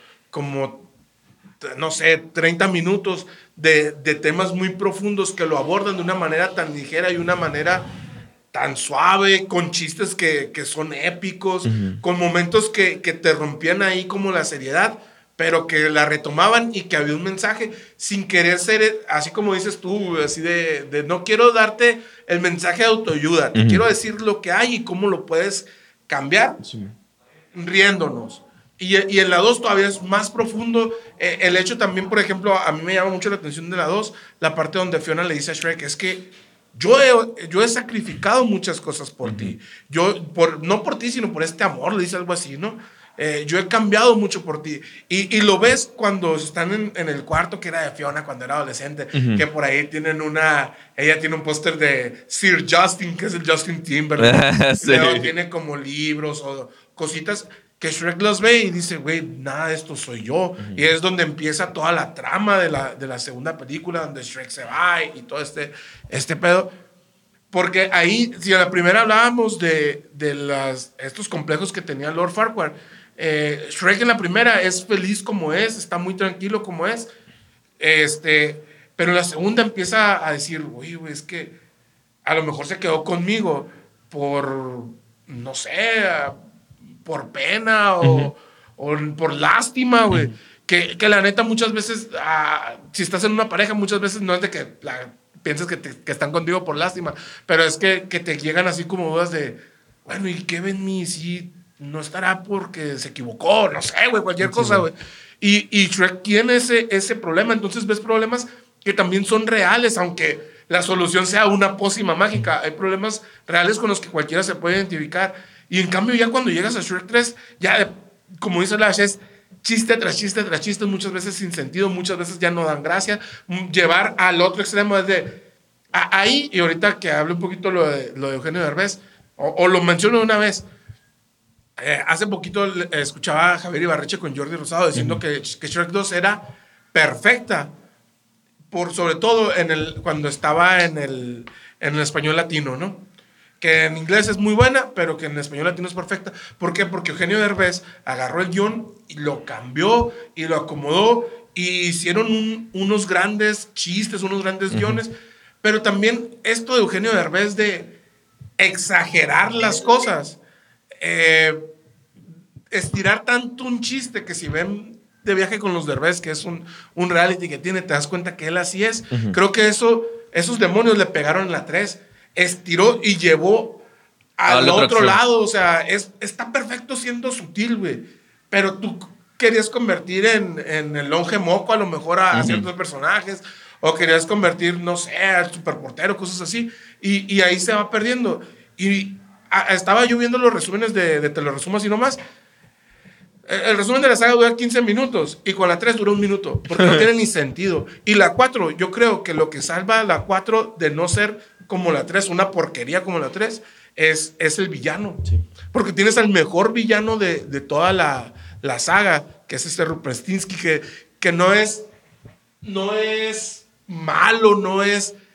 no sé, 30 minutos de temas muy profundos que lo abordan de una manera tan ligera y una manera tan suave, con chistes que son épicos, con momentos que te rompían ahí como la seriedad, pero que la retomaban y que había un mensaje sin querer ser, así como dices tú, así de no quiero darte el mensaje de autoayuda, te quiero decir lo que hay y cómo lo puedes cambiar, riéndonos. Y en la 2 todavía es más profundo. El hecho también, por ejemplo, a mí me llama mucho la atención de la 2, la parte donde Fiona le dice a Shrek, es que yo he sacrificado muchas cosas por ti. No por ti, sino por este amor, le dice algo así, ¿no? Yo he cambiado mucho por ti. Y lo ves cuando están en el cuarto que era de Fiona cuando era adolescente, que por ahí ella tiene un póster de Sir Justin, que es el Justin Timberlake. Sí. Luego tiene como libros o cositas que Shrek los ve y dice, güey, nada de esto soy yo. Y es donde empieza toda la trama de la segunda película, donde Shrek se va y todo este pedo. Porque ahí, si en la primera hablábamos de estos complejos que tenía Lord Farquaad, Shrek en la primera es feliz como es, está muy tranquilo como es, pero en la segunda empieza a decir, uy, es que a lo mejor se quedó conmigo por, no sé, por pena o por lástima, güey. Que la neta muchas veces, si estás en una pareja, muchas veces no es de que piensas que están contigo por lástima, pero es que te llegan así como dudas de, bueno, ¿y qué ven mí? Si no estará porque se equivocó, no sé, güey, cualquier cosa, güey. Y Shrek tiene ese problema, entonces ves problemas que también son reales, aunque la solución sea una pócima mágica. Hay problemas reales con los que cualquiera se puede identificar. Y en cambio ya cuando llegas a Shrek 3, ya, como dice Lash, es chiste tras chiste tras chiste, muchas veces sin sentido, muchas veces ya no dan gracia. Llevar al otro extremo es de... Ahí, y ahorita que hable un poquito lo de Eugenio Derbez, o lo menciono una vez, hace poquito escuchaba a Javier Ibarreche con Jordi Rosado diciendo que Shrek 2 era perfecta, sobre todo cuando estaba en el español latino, ¿no? Que en inglés es muy buena, pero que en español latino es perfecta. ¿Por qué? Porque Eugenio Derbez agarró el guión y lo cambió y lo acomodó y hicieron unos grandes chistes, unos grandes guiones, pero también esto de Eugenio Derbez de exagerar las cosas, estirar tanto un chiste que si ven De Viaje con los Derbez, que es un reality que tiene, te das cuenta que él así es. Creo que esos demonios le pegaron en la 3, estiró y llevó al otro lado, o sea, está perfecto siendo sutil, güey, pero tú querías convertir en el longe moco a lo mejor a ciertos personajes, o querías convertir, no sé, al superportero, cosas así, y ahí se va perdiendo. Y estaba yo viendo los resúmenes de Te lo resumo así nomás. El resumen de la saga dura 15 minutos y con la 3 dura 1 minuto, porque no tiene ni sentido. Y la 4, yo creo que lo que salva a la 4 de no ser como la 3, una porquería como la 3, es el villano. Sí. Porque tienes al mejor villano de toda la saga, que es Rumpelstiltskin, que no es malo, no es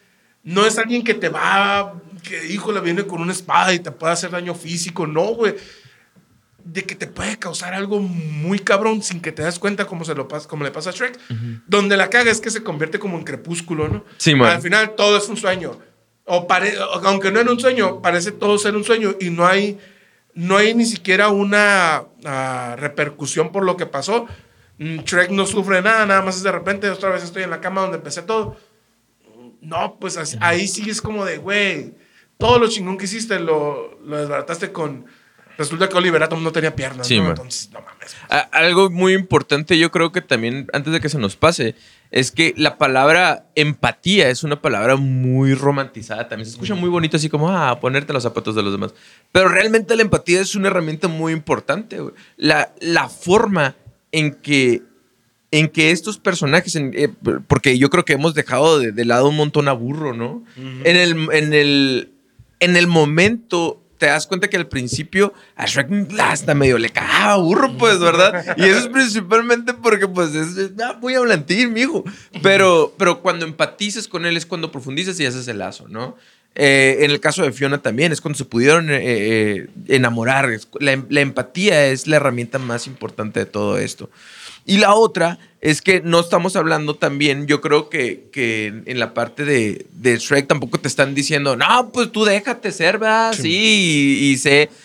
No es alguien que te va, que híjole, viene con una espada y te puede hacer daño físico. No, güey. De que te puede causar algo muy cabrón sin que te das cuenta como le pasa a Shrek. Donde la caga es que se convierte como en Crepúsculo, ¿no? Sí, man. Al final todo es un sueño. Aunque no era un sueño, parece todo ser un sueño y no hay ni siquiera una repercusión por lo que pasó. Shrek no sufre nada más es de repente otra vez estoy en la cama donde empecé todo. No, pues ahí sí es como de, güey, todo lo chingón que hiciste lo desbarataste con... Resulta que Oliver Atom no tenía piernas, sí, ¿no? Entonces, no mames. Algo muy importante, yo creo que también, antes de que se nos pase, es que la palabra empatía es una palabra muy romantizada. También se escucha muy bonito, así como, ponerte los zapatos de los demás. Pero realmente la empatía es una herramienta muy importante, güey. La forma en que estos personajes, porque yo creo que hemos dejado de lado un montón a Burro, ¿no? En el momento te das cuenta que al principio a Shrek hasta medio le cagaba Burro, pues, ¿verdad? Y eso es principalmente porque, pues, es muy hablantín, mijo. Pero cuando empatizas con él es cuando profundizas y haces el lazo, ¿no? En el caso de Fiona también es cuando se pudieron enamorar. La empatía es la herramienta más importante de todo esto. Y la otra es que no estamos hablando también, yo creo que en la parte de Shrek tampoco te están diciendo, no, pues tú déjate ser, ¿verdad? Sí,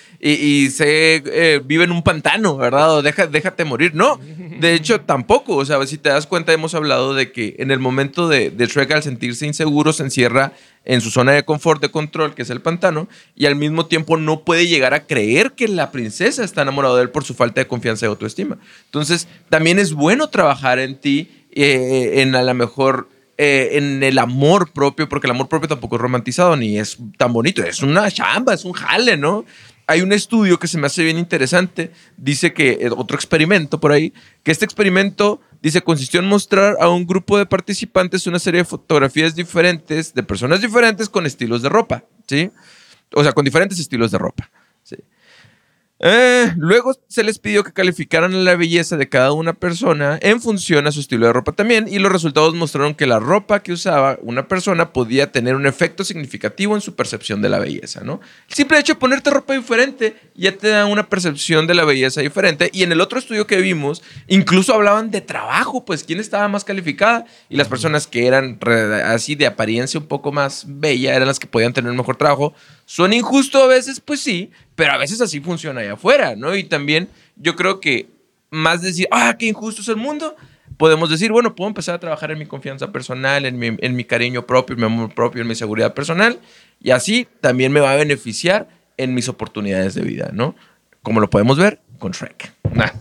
vive en un pantano, ¿verdad? O déjate morir. No, de hecho tampoco. O sea, si te das cuenta, hemos hablado de que en el momento de Shrek, al sentirse inseguro, se encierra en su zona de confort, de control, que es el pantano, y al mismo tiempo no puede llegar a creer que la princesa está enamorada de él por su falta de confianza y autoestima. Entonces, también es bueno trabajar en ti, en a lo mejor... en el amor propio, porque el amor propio tampoco es romantizado ni es tan bonito, es una chamba, es un jale, ¿no? Hay un estudio que se me hace bien interesante, dice que, otro experimento por ahí, que este experimento, dice, consistió en mostrar a un grupo de participantes una serie de fotografías diferentes, de personas diferentes con estilos de ropa, ¿sí? O sea, con diferentes estilos de ropa, ¿sí? Luego se les pidió que calificaran la belleza de cada una persona en función a su estilo de ropa también, y los resultados mostraron que la ropa que usaba una persona podía tener un efecto significativo en su percepción de la belleza, ¿no? El simple hecho de ponerte ropa diferente ya te da una percepción de la belleza diferente. Y en el otro estudio que vimos, incluso hablaban de trabajo, pues quién estaba más calificada, y las personas que eran así de apariencia un poco más bella eran las que podían tener un mejor trabajo. ¿Son injusto a veces? Pues sí, pero a veces así funciona allá afuera, ¿no? Y también yo creo que más decir, qué injusto es el mundo, podemos decir, bueno, puedo empezar a trabajar en mi confianza personal, en mi cariño propio, en mi amor propio, en mi seguridad personal, y así también me va a beneficiar en mis oportunidades de vida, ¿no? Como lo podemos ver con Shrek.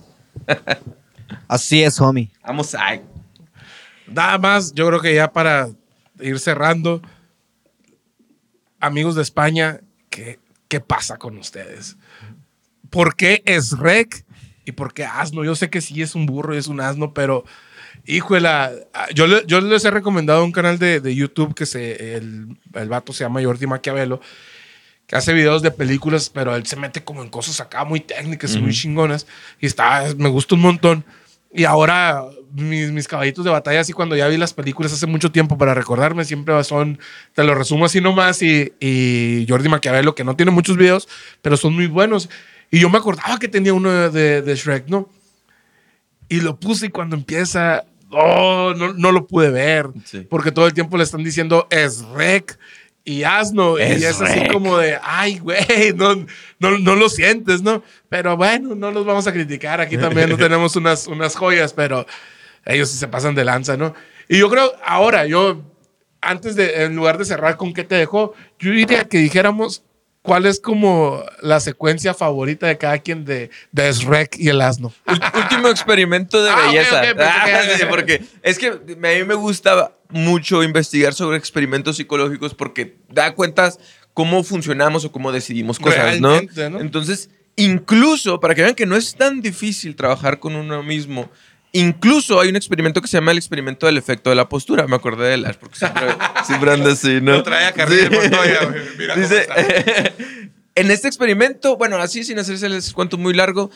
Así es, homie. Vamos a... Nada más, yo creo que ya para ir cerrando, amigos de España, ¿qué pasa con ustedes? ¿Por qué es Shrek y por qué asno? Yo sé que sí es un burro y es un asno, pero híjole, yo les he recomendado un canal de YouTube que el vato se llama Jordi Maquiavelo, que hace videos de películas, pero él se mete como en cosas acá muy técnicas y muy chingonas, y me gusta un montón. Y ahora mis caballitos de batalla, así cuando ya vi las películas hace mucho tiempo para recordarme, siempre son, te lo resumo así nomás, y Jordi Maquiavelo, que no tiene muchos videos, pero son muy buenos. Y yo me acordaba que tenía uno de Shrek, ¿no? Y lo puse, y cuando empieza, no lo pude ver, porque todo el tiempo le están diciendo es Shrek y asno, y es así como de, ay, güey, no lo sientes, ¿no? Pero bueno, no los vamos a criticar, aquí también no tenemos unas joyas, pero ellos sí se pasan de lanza, ¿no? Y yo creo, ahora, en lugar de cerrar con qué te dejó, yo diría que dijéramos cuál es como la secuencia favorita de cada quien de Shrek y el asno. Último experimento de belleza. Okay, sí, porque es que a mí me gusta mucho investigar sobre experimentos psicológicos porque da cuentas cómo funcionamos o cómo decidimos cosas, ¿no? Entonces, incluso, para que vean que no es tan difícil trabajar con uno mismo, incluso hay un experimento que se llama el experimento del efecto de la postura. Me acordé de Lash porque siempre anda así, ¿no? Lo trae a Carrillo Montoya, güey. Mira cómo está. En este experimento, bueno, así sin hacerse el cuento muy largo,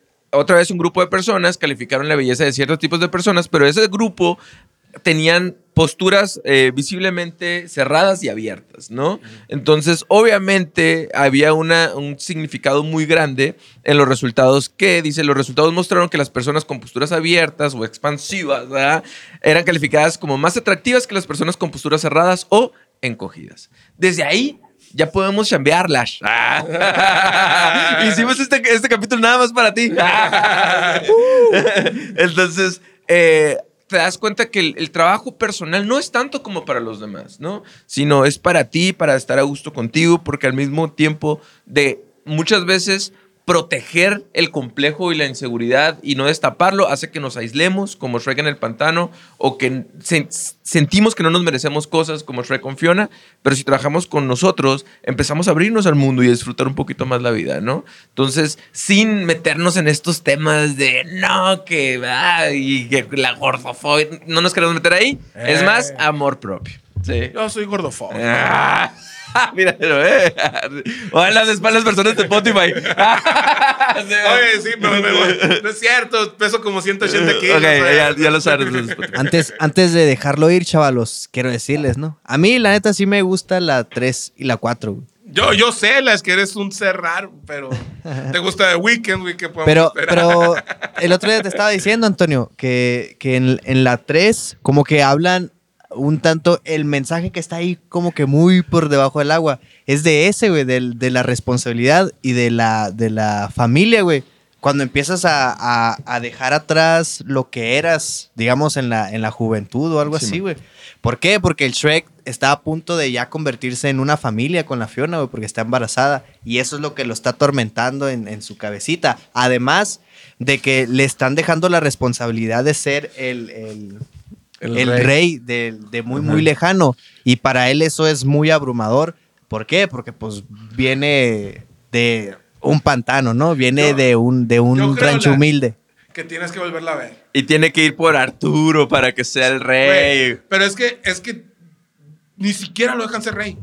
otra vez un grupo de personas calificaron la belleza de ciertos tipos de personas, pero ese grupo tenían posturas visiblemente cerradas y abiertas, ¿no? Entonces, obviamente, había un significado muy grande en los resultados que, dice, los resultados mostraron que las personas con posturas abiertas o expansivas, ¿verdad?, eran calificadas como más atractivas que las personas con posturas cerradas o encogidas. Desde ahí ya podemos chambearlas. Hicimos este capítulo nada más para ti. Entonces, te das cuenta que el trabajo personal no es tanto como para los demás, ¿no? Sino es para ti, para estar a gusto contigo, porque al mismo tiempo de muchas veces proteger el complejo y la inseguridad y no destaparlo hace que nos aislemos, como Shrek en el pantano, o que sentimos que no nos merecemos cosas, como Shrek con Fiona, pero si trabajamos con nosotros, empezamos a abrirnos al mundo y a disfrutar un poquito más la vida, ¿no? Entonces, sin meternos en estos temas de no, que y que la gordofobia, no nos queremos meter ahí, es más amor propio. Sí. Yo soy gordofóbico. Míralo, Ojalá después las personas de Spotify. Oye, sí, no es cierto. Peso como 180 kilos. Ok, ya lo sabes. Antes de dejarlo ir, chavalos, quiero decirles, ¿no? A mí, la neta, sí me gusta la 3 y la 4. Yo sé, es que eres un ser raro, pero te gusta The Weeknd, güey, que podemos esperar. Pero el otro día te estaba diciendo, Antonio, que en la 3 como que hablan un tanto, el mensaje que está ahí como que muy por debajo del agua es de ese, güey, de la responsabilidad y de la familia, güey. Cuando empiezas a dejar atrás lo que eras, digamos, en la juventud o algo así, güey. ¿Por qué? Porque el Shrek está a punto de ya convertirse en una familia con la Fiona, güey, porque está embarazada. Y eso es lo que lo está atormentando en su cabecita. Además de que le están dejando la responsabilidad de ser el rey de muy lejano, y para él eso es muy abrumador. ¿Por qué? Porque pues viene de un pantano, ¿no? Viene de un rancho humilde. Que tienes que volverla a ver. Y tiene que ir por Arturo para que sea el rey. Güey, pero es que ni siquiera lo dejan ser rey.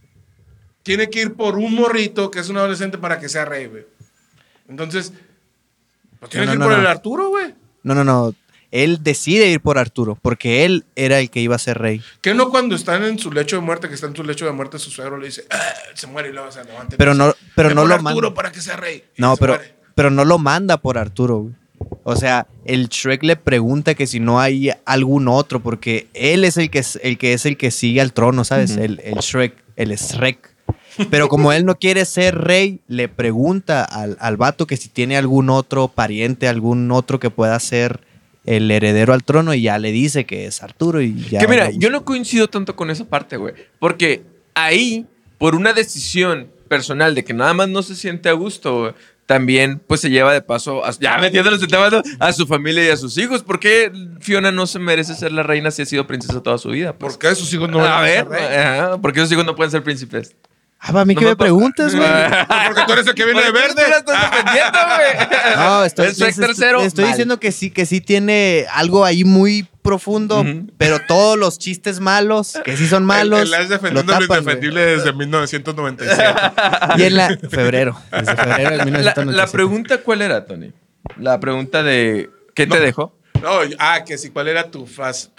Tiene que ir por un morrito que es un adolescente para que sea rey, güey. Entonces, pues tiene que ir por el Arturo, güey. No. Él decide ir por Arturo, porque él era el que iba a ser rey. Que no cuando están en su lecho de muerte, que está en su lecho de muerte, su suegro le dice, se muere y luego se levanta. Pero no lo manda. Arturo para que sea rey. No, pero no lo manda por Arturo, güey. O sea, el Shrek le pregunta que si no hay algún otro, porque él es el que sigue al trono, ¿sabes? El Shrek, el Shrek. Pero como él no quiere ser rey, le pregunta al vato que si tiene algún otro pariente, algún otro que pueda ser el heredero al trono, y ya le dice que es Arturo y ya. Que mira, yo no coincido tanto con esa parte, güey. Porque ahí, por una decisión personal de que nada más no se siente a gusto, güey, también pues se lleva de paso, ya metiéndonos en temas, a su familia y a sus hijos. ¿Por qué Fiona no se merece ser la reina si ha sido princesa toda su vida? Pues, ¿por qué sus hijos no van a ser rey? ¿Por qué sus hijos no pueden ser príncipes? ¿A mí qué me preguntas, güey? Porque tú eres el que viene de verde. Tú la estás defendiendo, güey. No, estoy diciendo que sí tiene algo ahí muy profundo, pero todos los chistes malos, que sí son malos, él es defendiendo lo indefendible desde 1997. Y desde febrero de 1997. La pregunta, ¿cuál era, Tony? La pregunta de ¿qué te dejó? No, que sí, ¿cuál era tu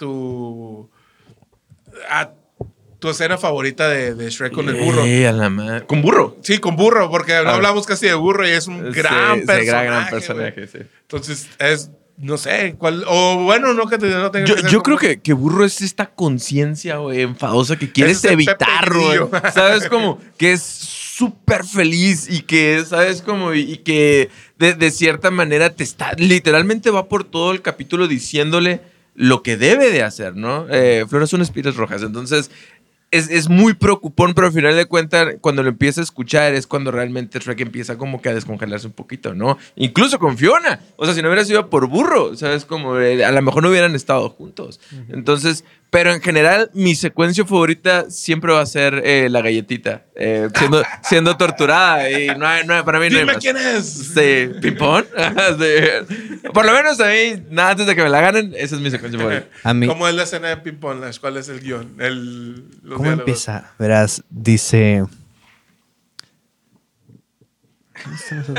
escena favorita de Shrek con el burro? A la madre. ¿Con burro? Sí, con burro, porque no hablamos casi de burro y es un gran personaje. Gran personaje, sí. Entonces, no sé, ¿cuál? O bueno, no que no tenga que ser. Yo creo que burro es esta conciencia, güey, enfadosa que quieres evitar, güey. ¿Sabes? Como que es súper feliz y que, ¿sabes? Como, y que de cierta manera literalmente va por todo el capítulo diciéndole lo que debe de hacer, ¿no? Flores son espiras rojas, entonces es muy preocupón, pero al final de cuentas, cuando lo empieza a escuchar, es cuando realmente Shrek empieza como que a descongelarse un poquito, ¿no? Incluso con Fiona. O sea, si no hubiera sido por burro, ¿sabes? Como a lo mejor no hubieran estado juntos. Entonces, pero en general, mi secuencia favorita siempre va a ser la galletita, siendo torturada. Y no hay, para mí no hay Dime más. quién es. Sí, ¿Pimpón? Sí. Por lo menos a mí, nada antes de que me la ganen, esa es mi secuencia favorita. ¿Cómo es la escena de Pimpón? ¿Cuál es el guión? ¿Cómo empieza? Verás, dice...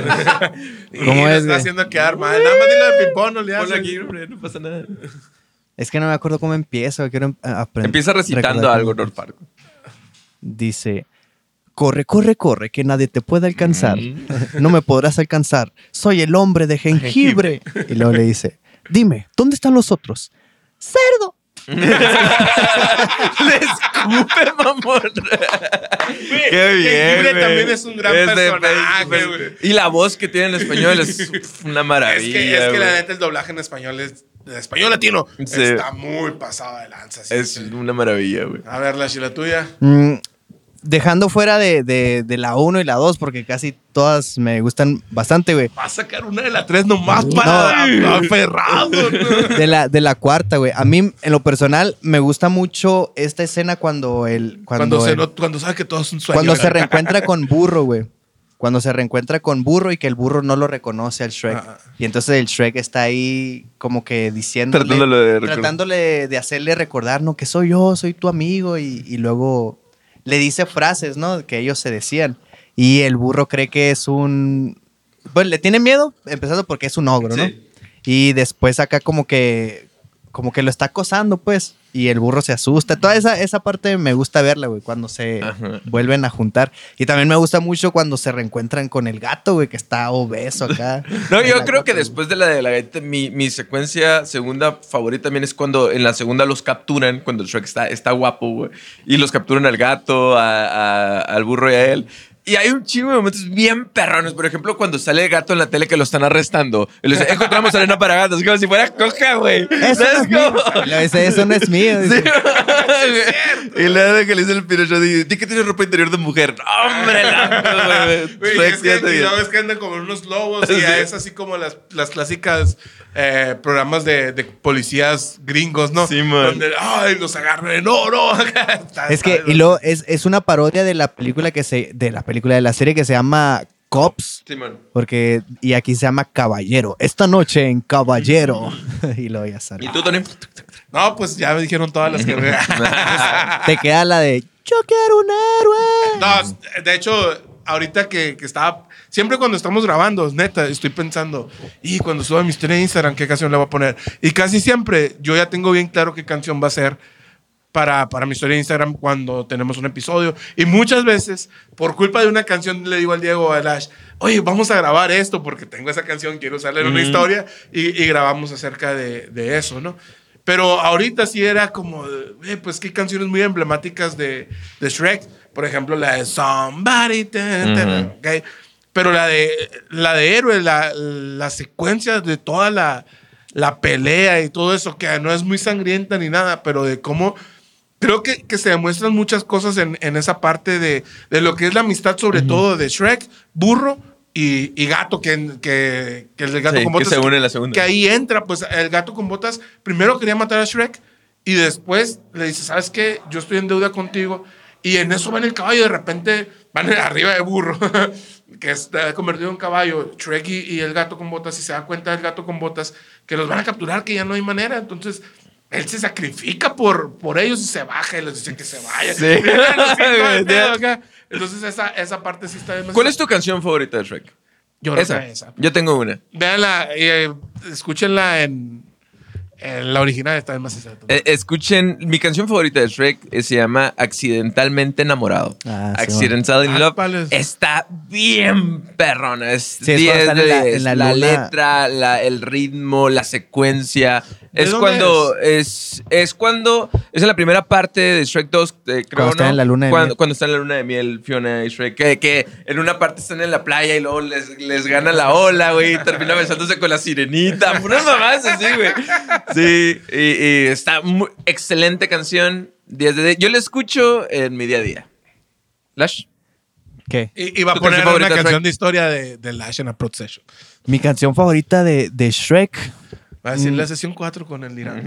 ¿Cómo es? Está haciendo quedar mal. Nada más dile de Pimpón, no le hace. Ponlo aquí, hombre, no pasa nada. Es que no me acuerdo cómo empieza. Quiero aprender. Empieza recitando algo, North Park. Dice... Corre, corre, corre, que nadie te puede alcanzar. No me podrás alcanzar. Soy el hombre de jengibre. Y luego le dice, dime, ¿dónde están los otros? ¡Cerdo! Le escupe, mamón. Qué bien. Jengibre también es un gran personaje, güey. Y la voz que tiene en español es una maravilla. Es que la neta el doblaje en español es... El español latino está muy pasado de lanza. Es una maravilla, güey. A ver, la tuya. Dejando fuera de la 1 y la 2, porque casi todas me gustan bastante, güey. Va a sacar una de la 3 nomás para aferrado. ¿No? De la cuarta, güey. A mí, en lo personal, me gusta mucho esta escena cuando sabe que todo es un sueño. Cuando se reencuentra con Burro, güey. Cuando se reencuentra con Burro y que el Burro no lo reconoce al Shrek. Y entonces el Shrek está ahí como que tratándole de hacerle recordar, no, que soy yo, soy tu amigo. Y luego... le dice frases, ¿no? Que ellos se decían. Y el Burro cree que es un... Pues le tiene miedo, empezando porque es un ogro, ¿no? Sí. Y después acá como que lo está acosando, pues. Y el Burro se asusta. Toda esa parte me gusta verla, güey, cuando se vuelven a juntar. Y también me gusta mucho cuando se reencuentran con el gato, güey, que está obeso acá. No, yo creo que después de la galleta, mi secuencia segunda favorita también es cuando en la segunda los capturan, cuando el Shrek está guapo, güey. Y los capturan al gato, al Burro y a él. Y hay un chingo de momentos bien perrones. Por ejemplo, cuando sale el gato en la tele que lo están arrestando. Y le dice, encontramos arena para gatos. Como si fuera coca, güey. Eso no es mío. Sí. Y luego que le dice el Pinocho, dice, ¿qué tiene ropa interior de mujer? ¡Hombre, güey! Es que andan como unos lobos. Y es así como las clásicas programas de policías gringos, ¿no? Sí, man. Donde, ¡ay, los agarran! ¡No! Es que, y luego, es una parodia de la película de la serie que se llama Cops. Sí, man. Porque, y aquí se llama Caballero. Esta noche en Caballero. Y luego ya sale. ¿Y tú, Tony? No, pues ya me dijeron todas las que... Te queda la de yo quiero un héroe. No, de hecho, ahorita que estaba... Siempre cuando estamos grabando, neta, estoy pensando, y cuando suba mi historia de Instagram, ¿qué canción le voy a poner? Y casi siempre yo ya tengo bien claro qué canción va a ser para mi historia de Instagram cuando tenemos un episodio. Y muchas veces, por culpa de una canción, le digo al Diego, a Lash, oye, vamos a grabar esto porque tengo esa canción, quiero usarla en una historia, y grabamos acerca de eso, ¿no? Pero ahorita sí era como, pues qué canciones muy emblemáticas de Shrek. Por ejemplo, la de Somebody, okay. Pero la de Héroe, la secuencia de toda la pelea y todo eso, que no es muy sangrienta ni nada, pero de cómo... Creo que se demuestran muchas cosas en esa parte de lo que es la amistad, sobre todo de Shrek, Burro y Gato, que el gato con botas. Que se une en la segunda. Que ahí entra, pues el gato con botas primero quería matar a Shrek y después le dice, ¿sabes qué? Yo estoy en deuda contigo. Y en eso van el caballo y de repente van arriba de Burro, que está convertido en caballo, Shrek y el gato con botas, y se da cuenta del gato con botas que los van a capturar, que ya no hay manera. Entonces... él se sacrifica por ellos y se baja y les dice que se vaya. Sí. Entonces esa parte sí está demasiado. ¿Cuál es tu canción favorita de Shrek? Yo creo que esa. Yo tengo una. Véanla, escúchenla en la original, está demasiado. Escuchen, mi canción favorita de Shrek se llama Accidentalmente Enamorado. Accidental in Love. Está bien perrona. Es 10 de 10. La letra, el ritmo, la secuencia. Es cuando es en la primera parte de Shrek 2, creo, cuando están en la luna de miel. Cuando están en la luna de miel, Fiona y Shrek, que en una parte están en la playa y luego les gana la ola, güey, y termina besándose con la sirenita. Unas mamás así, güey. Sí, y está muy excelente canción. 10 de 10. Yo la escucho en mi día a día. Lash. ¿Qué? Iba a poner una canción de historia de Lash en Approach Session. Mi canción favorita de Shrek. Va a decir la sesión 4 con el Irán.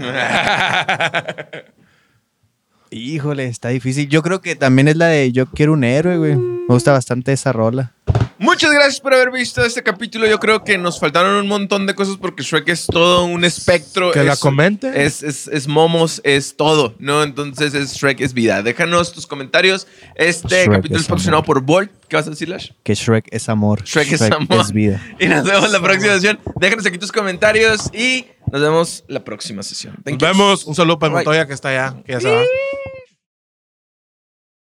Híjole, está difícil. Yo creo que también es la de Yo quiero un héroe, güey. Me gusta bastante esa rola. Muchas gracias por haber visto este capítulo. Yo creo que nos faltaron un montón de cosas porque Shrek es todo un espectro. Que la comente. Es momos, es todo, ¿no? Entonces Shrek es vida. Déjanos tus comentarios. Este Shrek capítulo es patrocinado por Bolt. ¿Qué vas a decir, Lash? Que Shrek es amor. Shrek es amor. Es vida. Y nos vemos en la próxima sesión. Déjanos aquí tus comentarios y Nos vemos la próxima sesión. Nos vemos. Un saludo para Montoya que está allá, que ya se va.